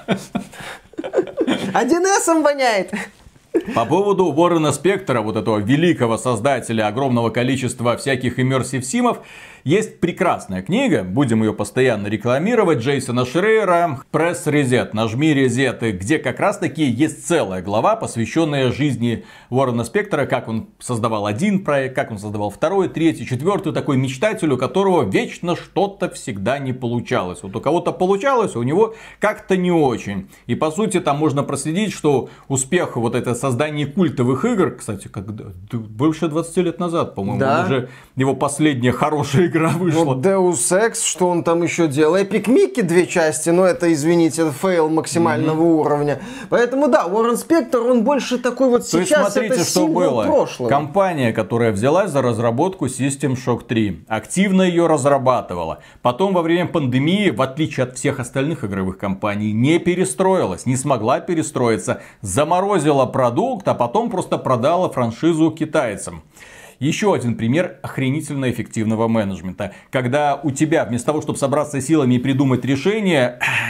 1С воняет. По поводу Уоррена Спектора, вот этого великого создателя огромного количества всяких immersive симов, есть прекрасная книга, будем ее постоянно рекламировать, Джейсона Шрейера «Пресс Резет», «Нажми резет», где как раз таки есть целая глава, посвященная жизни Уоррена Спектора, как он создавал один проект, как он создавал второй, третий, четвертый, такой мечтатель, у которого вечно что-то всегда не получалось. Вот у кого-то получалось, а у него как-то не очень. И по сути там можно проследить, что успех вот это создание культовых игр, кстати, больше 20 лет назад, по-моему, да. Уже его последняя хорошая игра вышла. Вот Deus Ex, что он там еще делал? Epic Mickey 2 части, но это, извините, фейл максимального уровня. Поэтому да, Уоррен Спектор, он больше такой вот То сейчас, есть, смотрите, это что символ было. прошлого. Компания, которая взялась за разработку System Shock 3, активно ее разрабатывала. Потом во время пандемии, в отличие от всех остальных игровых компаний, не перестроилась, не смогла перестроиться, заморозила продукт, а потом просто продала франшизу китайцам. Еще один пример охренительно эффективного менеджмента. Когда у тебя вместо того, чтобы собраться силами и придумать решение,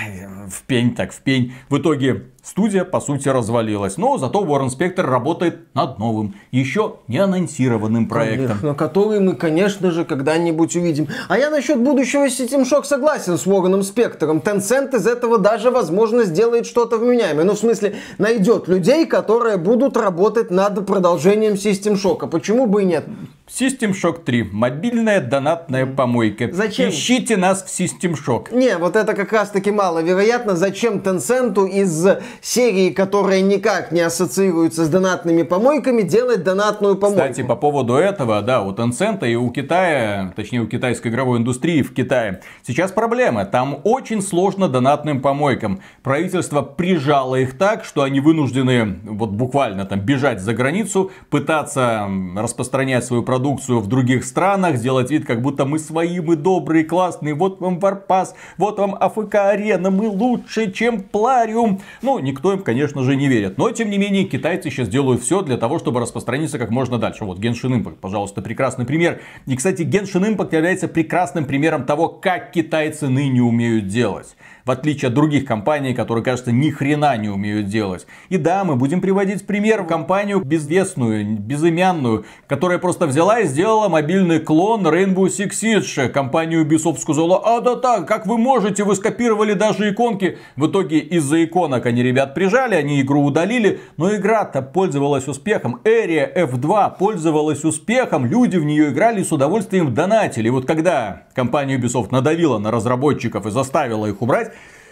в пень так в пень. В итоге студия, по сути, развалилась. Но зато Warren Spector работает над новым, еще не анонсированным проектом. Конечно, который мы, конечно же, когда-нибудь увидим. А я насчет будущего System Shock согласен с Уорреном Спектором. Tencent из этого даже, возможно, сделает что-то вменяемое. Ну, в смысле, найдет людей, которые будут работать над продолжением System Shock. Почему бы и нет? System Shock 3. Мобильная донатная помойка. Зачем? Ищите нас в System Shock. Не, вот это как раз-таки маловероятно. Зачем Tencent из серии, которая никак не ассоциируется с донатными помойками, делать донатную помойку? Кстати, по поводу этого, да, у Tencent и у Китая, точнее у китайской игровой индустрии в Китае, сейчас проблема. Там очень сложно донатным помойкам. Правительство прижало их так, что они вынуждены вот буквально там бежать за границу, пытаться распространять свою продукцию в других странах, сделать вид, как будто мы свои, мы добрые, классные, вот вам Warpass, вот вам АФК-арена, мы лучше, чем Плариум. Ну, никто им, конечно же, не верит. Но, тем не менее, китайцы сейчас делают все для того, чтобы распространиться как можно дальше. Вот Genshin Impact, пожалуйста, прекрасный пример. И, кстати, Genshin Impact является прекрасным примером того, как китайцы ныне умеют делать. В отличие от других компаний, которые, кажется, ни хрена не умеют делать. И да, мы будем приводить пример компанию безвестную, безымянную, которая просто взяла и сделала мобильный клон Rainbow Six Siege. Компания Ubisoft сказала: а да так, как вы можете, вы скопировали даже иконки. В итоге из-за иконок они ребят прижали, они игру удалили, но игра-то пользовалась успехом. Area F2 пользовалась успехом, люди в нее играли, с удовольствием донатили. И вот когда компания Ubisoft надавила на разработчиков и заставила их убрать,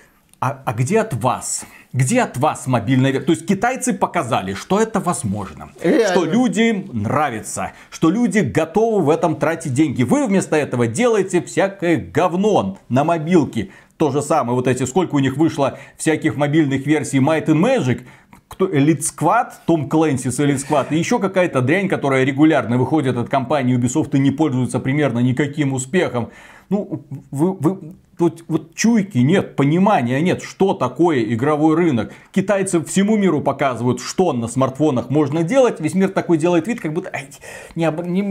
а где от вас? Где от вас мобильная версия? То есть китайцы показали, что это возможно. Реально. Что людям нравится. Что люди готовы в этом тратить деньги. Вы вместо этого делаете всякое говно на мобилке. То же самое, вот эти, сколько у них вышло всяких мобильных версий Might and Magic. Elite Squad, Tom Clancy's Elite Squad и еще какая-то дрянь, которая регулярно выходит от компании Ubisoft и не пользуется примерно никаким успехом. Ну, вот чуйки нет, понимания нет, что такое игровой рынок. Китайцы всему миру показывают, что на смартфонах можно делать. Весь мир такой делает вид, как будто не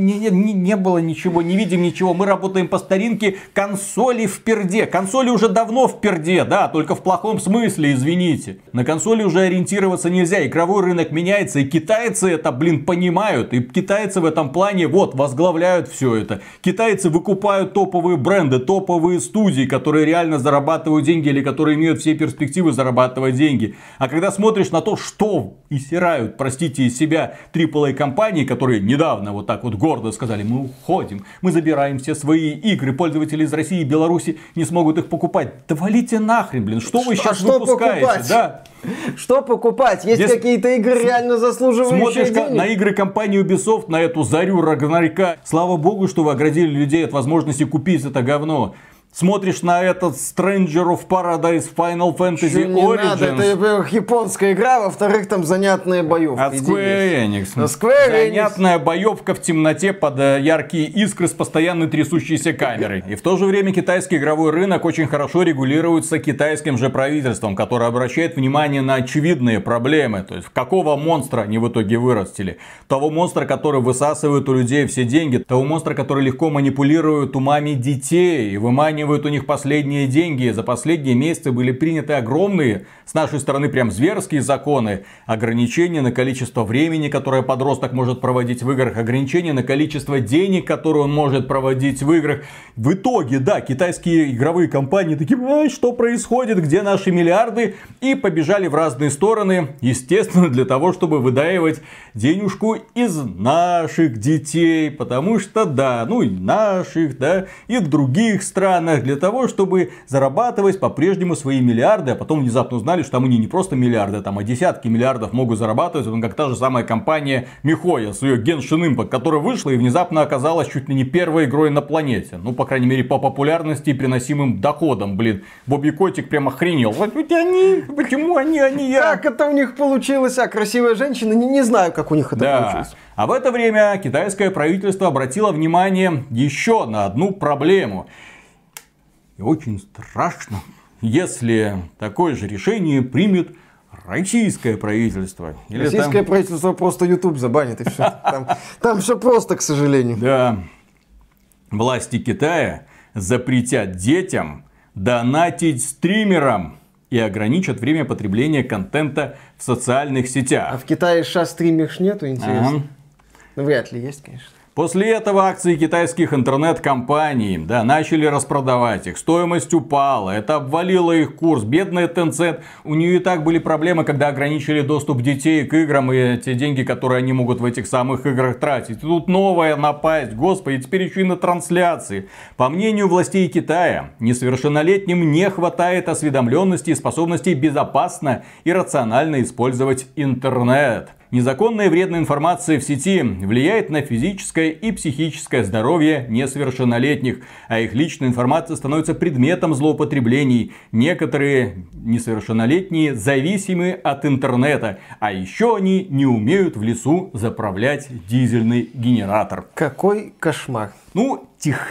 было ничего, не видим ничего. Мы работаем по старинке, консоли в перде. Консоли уже давно в перде, да, только в плохом смысле, извините. На консоли уже ориентироваться нельзя. Игровой рынок меняется, и китайцы это, понимают. И китайцы в этом плане, возглавляют все это. Китайцы выкупают топовые бренды, топовые студии, которые реально зарабатывают деньги или которые имеют все перспективы зарабатывать деньги. А когда смотришь на то, что иссирают, простите, из себя AAA компании, которые недавно вот так вот гордо сказали: мы уходим, мы забираем все свои игры, пользователи из России и Беларуси не смогут их покупать. Да валите нахрен, что вы сейчас выпускаете? Покупать? Да? Что покупать? Есть какие-то игры реально заслуживающие Смотришь денег? на игры компании Ubisoft, на эту зарю Рагнарёка. Слава богу, что вы оградили людей от возможности купить это говно. Смотришь на этот Stranger of Paradise Final Fantasy Origins. Надо. Это, во-первых, японская игра, во-вторых, там занятные боевки. От Square Enix. Занятная боевка в темноте под яркие искры с постоянно трясущейся камерой. И в то же время китайский игровой рынок очень хорошо регулируется китайским же правительством, которое обращает внимание на очевидные проблемы. То есть, какого монстра они в итоге вырастили. Того монстра, который высасывает у людей все деньги. Того монстра, который легко манипулирует умами детей и выманивает у них последние деньги. За последние месяцы были приняты огромные, с нашей стороны прям зверские законы. Ограничения на количество времени, которое подросток может проводить в играх. Ограничения на количество денег, которые он может проводить в играх. В итоге, да, китайские игровые компании такие: ай, что происходит, где наши миллиарды? И побежали в разные стороны. Естественно, для того, чтобы выдаивать денежку из наших детей. Потому что, да, ну и наших, да, и в других странах. Для того, чтобы зарабатывать по-прежнему свои миллиарды. А потом внезапно узнали, что там они не просто миллиарды, там, а десятки миллиардов могут зарабатывать. Как та же самая компания Mihoyo с ее Genshin Impact, которая вышла и внезапно оказалась чуть ли не первой игрой на планете. Ну, по крайней мере, по популярности и приносимым доходам. Бобби Котик прям охренел. Почему они, я? Как это у них получилось? А красивая женщина? Не знаю, как у них это получилось. А в это время китайское правительство обратило внимание еще на одну проблему. И очень страшно, если такое же решение примет российское правительство. Или российское правительство просто YouTube забанит и все. Там все просто, к сожалению. Да. Власти Китая запретят детям донатить стримерам. и ограничат время потребления контента в социальных сетях. А в Китае сейчас стримерш нету, интересно? Ага. Ну, вряд ли есть, конечно. После этого акции китайских интернет-компаний, начали распродавать их. Стоимость упала, это обвалило их курс. Бедная Tencent, у нее и так были проблемы, когда ограничили доступ детей к играм и те деньги, которые они могут в этих самых играх тратить. И тут новая напасть, господи, теперь еще и на трансляции. По мнению властей Китая, несовершеннолетним не хватает осведомленности и способностей безопасно и рационально использовать интернет. Незаконная и вредная информация в сети влияет на физическое и психическое здоровье несовершеннолетних, а их личная информация становится предметом злоупотреблений. Некоторые несовершеннолетние зависимы от интернета, а еще они не умеют в лесу заправлять дизельный генератор. Какой кошмар. Ну,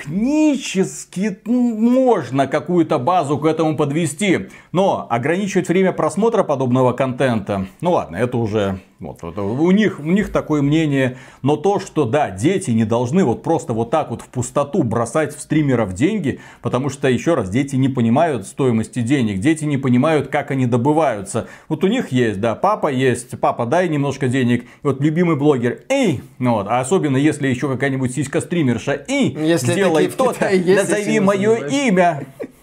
технически можно какую-то базу к этому подвести, но ограничивать время просмотра подобного контента, ну ладно, это уже у них такое мнение. Но то, что да, дети не должны вот просто вот так вот в пустоту бросать в стримеров деньги, потому что, еще раз, дети не понимают стоимости денег, дети не понимают, как они добываются. Вот у них есть, да, папа есть, папа, дай немножко денег, и вот любимый блогер, а особенно если еще какая-нибудь сиська-стримерша, если сделай то-то, назови мое имя.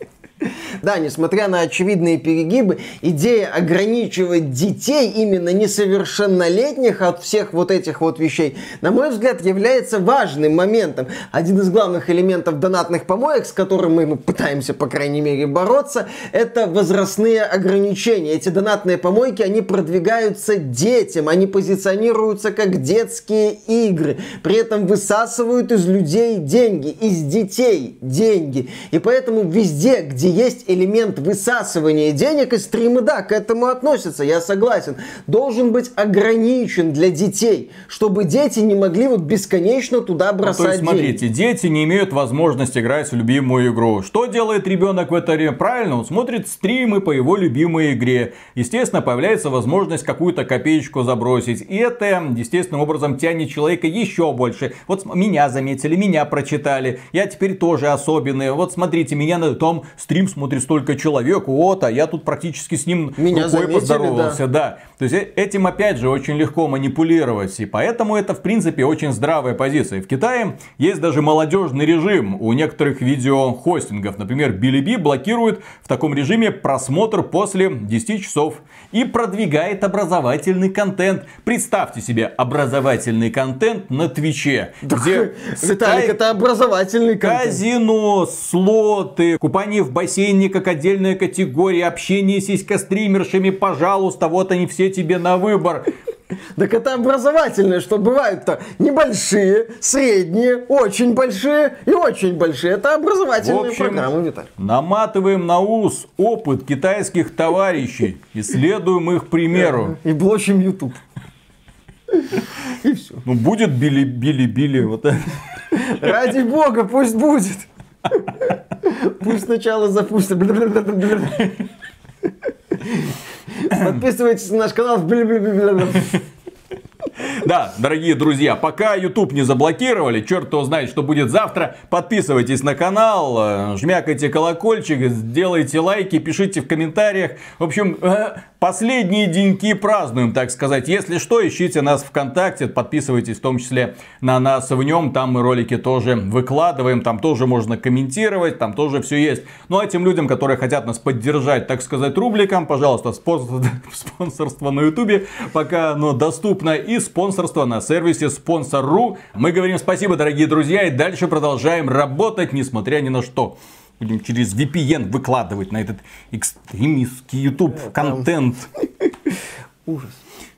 Да, несмотря на очевидные перегибы, идея ограничивать детей, именно несовершеннолетних, от всех вот этих вот вещей, на мой взгляд, является важным моментом. Один из главных элементов донатных помоек, с которым мы пытаемся, по крайней мере, бороться, это возрастные ограничения. Эти донатные помойки, они продвигаются детям, они позиционируются как детские игры, при этом высасывают из людей деньги, из детей деньги. И поэтому везде, где есть элемент высасывания денег, и стримы, да, к этому относятся, я согласен, должен быть ограничен для детей, чтобы дети не могли вот бесконечно туда бросать то есть, смотрите, дети не имеют возможности играть в любимую игру. Что делает ребенок в это время? Правильно, он смотрит стримы по его любимой игре. Естественно, появляется возможность какую-то копеечку забросить. И это, естественным образом, тянет человека еще больше. Вот меня заметили, меня прочитали, я теперь тоже особенный. Вот смотрите, меня на том стрим смотрит столько человек, вот, а я тут практически с ним рукой поздоровался. Да. То есть этим опять же очень легко манипулировать. И поэтому это в принципе очень здравая позиция. В Китае есть даже молодежный режим у некоторых видеохостингов. Например, Bilibili блокирует в таком режиме просмотр после 10 часов и продвигает образовательный контент. Представьте себе образовательный контент на Твиче, где Виталик, это образовательный контент. Казино, слоты, купание в бассейне как отдельная категория, общение с сиська-стримершами, пожалуйста, вот они все тебе на выбор. Так это образовательное, что бывают-то небольшие, средние, очень большие и очень большие. Это образовательные программы, Виталий. Наматываем на ус опыт китайских товарищей и следуем их примеру. И блочим YouTube. И все. Ну будет Билибили. Вот это. Ради бога, пусть будет. Пусть сначала запустят. Подписывайтесь на наш канал. Да, дорогие друзья, пока YouTube не заблокировали, черт его знает, что будет завтра, подписывайтесь на канал, жмякайте колокольчик, делайте лайки, пишите в комментариях. В общем, последние деньки празднуем, так сказать. Если что, ищите нас ВКонтакте, подписывайтесь в том числе на нас в нем. Там мы ролики тоже выкладываем, там тоже можно комментировать, там тоже все есть. Ну а тем людям, которые хотят нас поддержать, так сказать, рубликом, пожалуйста, спонсорство на YouTube пока оно доступно, и спонсорство на сервисе Sponsor.ru. Мы говорим спасибо, дорогие друзья, и дальше продолжаем работать, несмотря ни на что. Будем через VPN выкладывать на этот экстремистский YouTube контент. Ужас.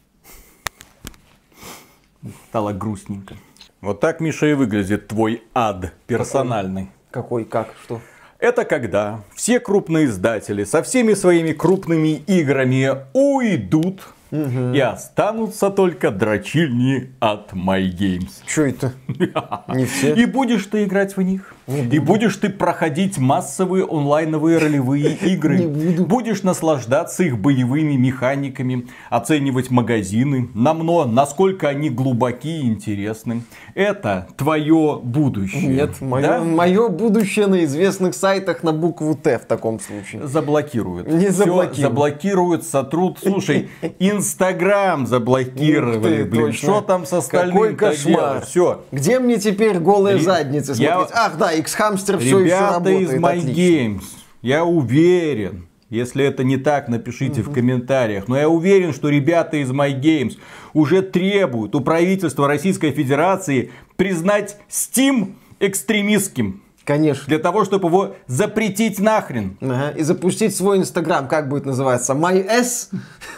Стало грустненько. Вот так, Миша, и выглядит твой ад персональный. Какой, как, что? Это когда все крупные издатели со всеми своими крупными играми уйдут. И останутся только дрочильни от MyGames. Чё это? Не все. И будешь ты играть в них. И будешь ты проходить массовые онлайновые ролевые игры. Не буду. Будешь наслаждаться их боевыми механиками, оценивать магазины, насколько они глубоки и интересны. Это твое будущее. Нет, Да? мое будущее на известных сайтах на букву Т в таком случае. Заблокируют. Не Всё заблокируют. заблокируют, сотрут. Слушай, Инстаграм заблокировали, Ух ты, блин. точно. Что там со Какой остальным? кошмар. Все. Где мне теперь голые задницы я- смотреть? Ах, да, X-Hamster все еще Ребята работает. из My отлично. Games, я уверен, если это не так, напишите в комментариях. Но я уверен, что ребята из My Games уже требуют у правительства Российской Федерации признать Steam экстремистским. Конечно. Для того, чтобы его запретить нахрен. Ага. И запустить свой Инстаграм, как будет называться? MyS?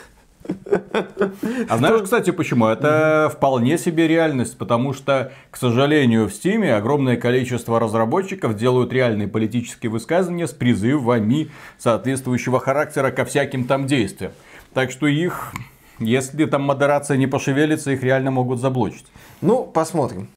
А знаешь, кстати, почему? Это вполне себе реальность, потому что, к сожалению, в Steam огромное количество разработчиков делают реальные политические высказывания с призывами соответствующего характера ко всяким там действиям. Так что их, если там модерация не пошевелится, их реально могут заблочить. Ну, посмотрим.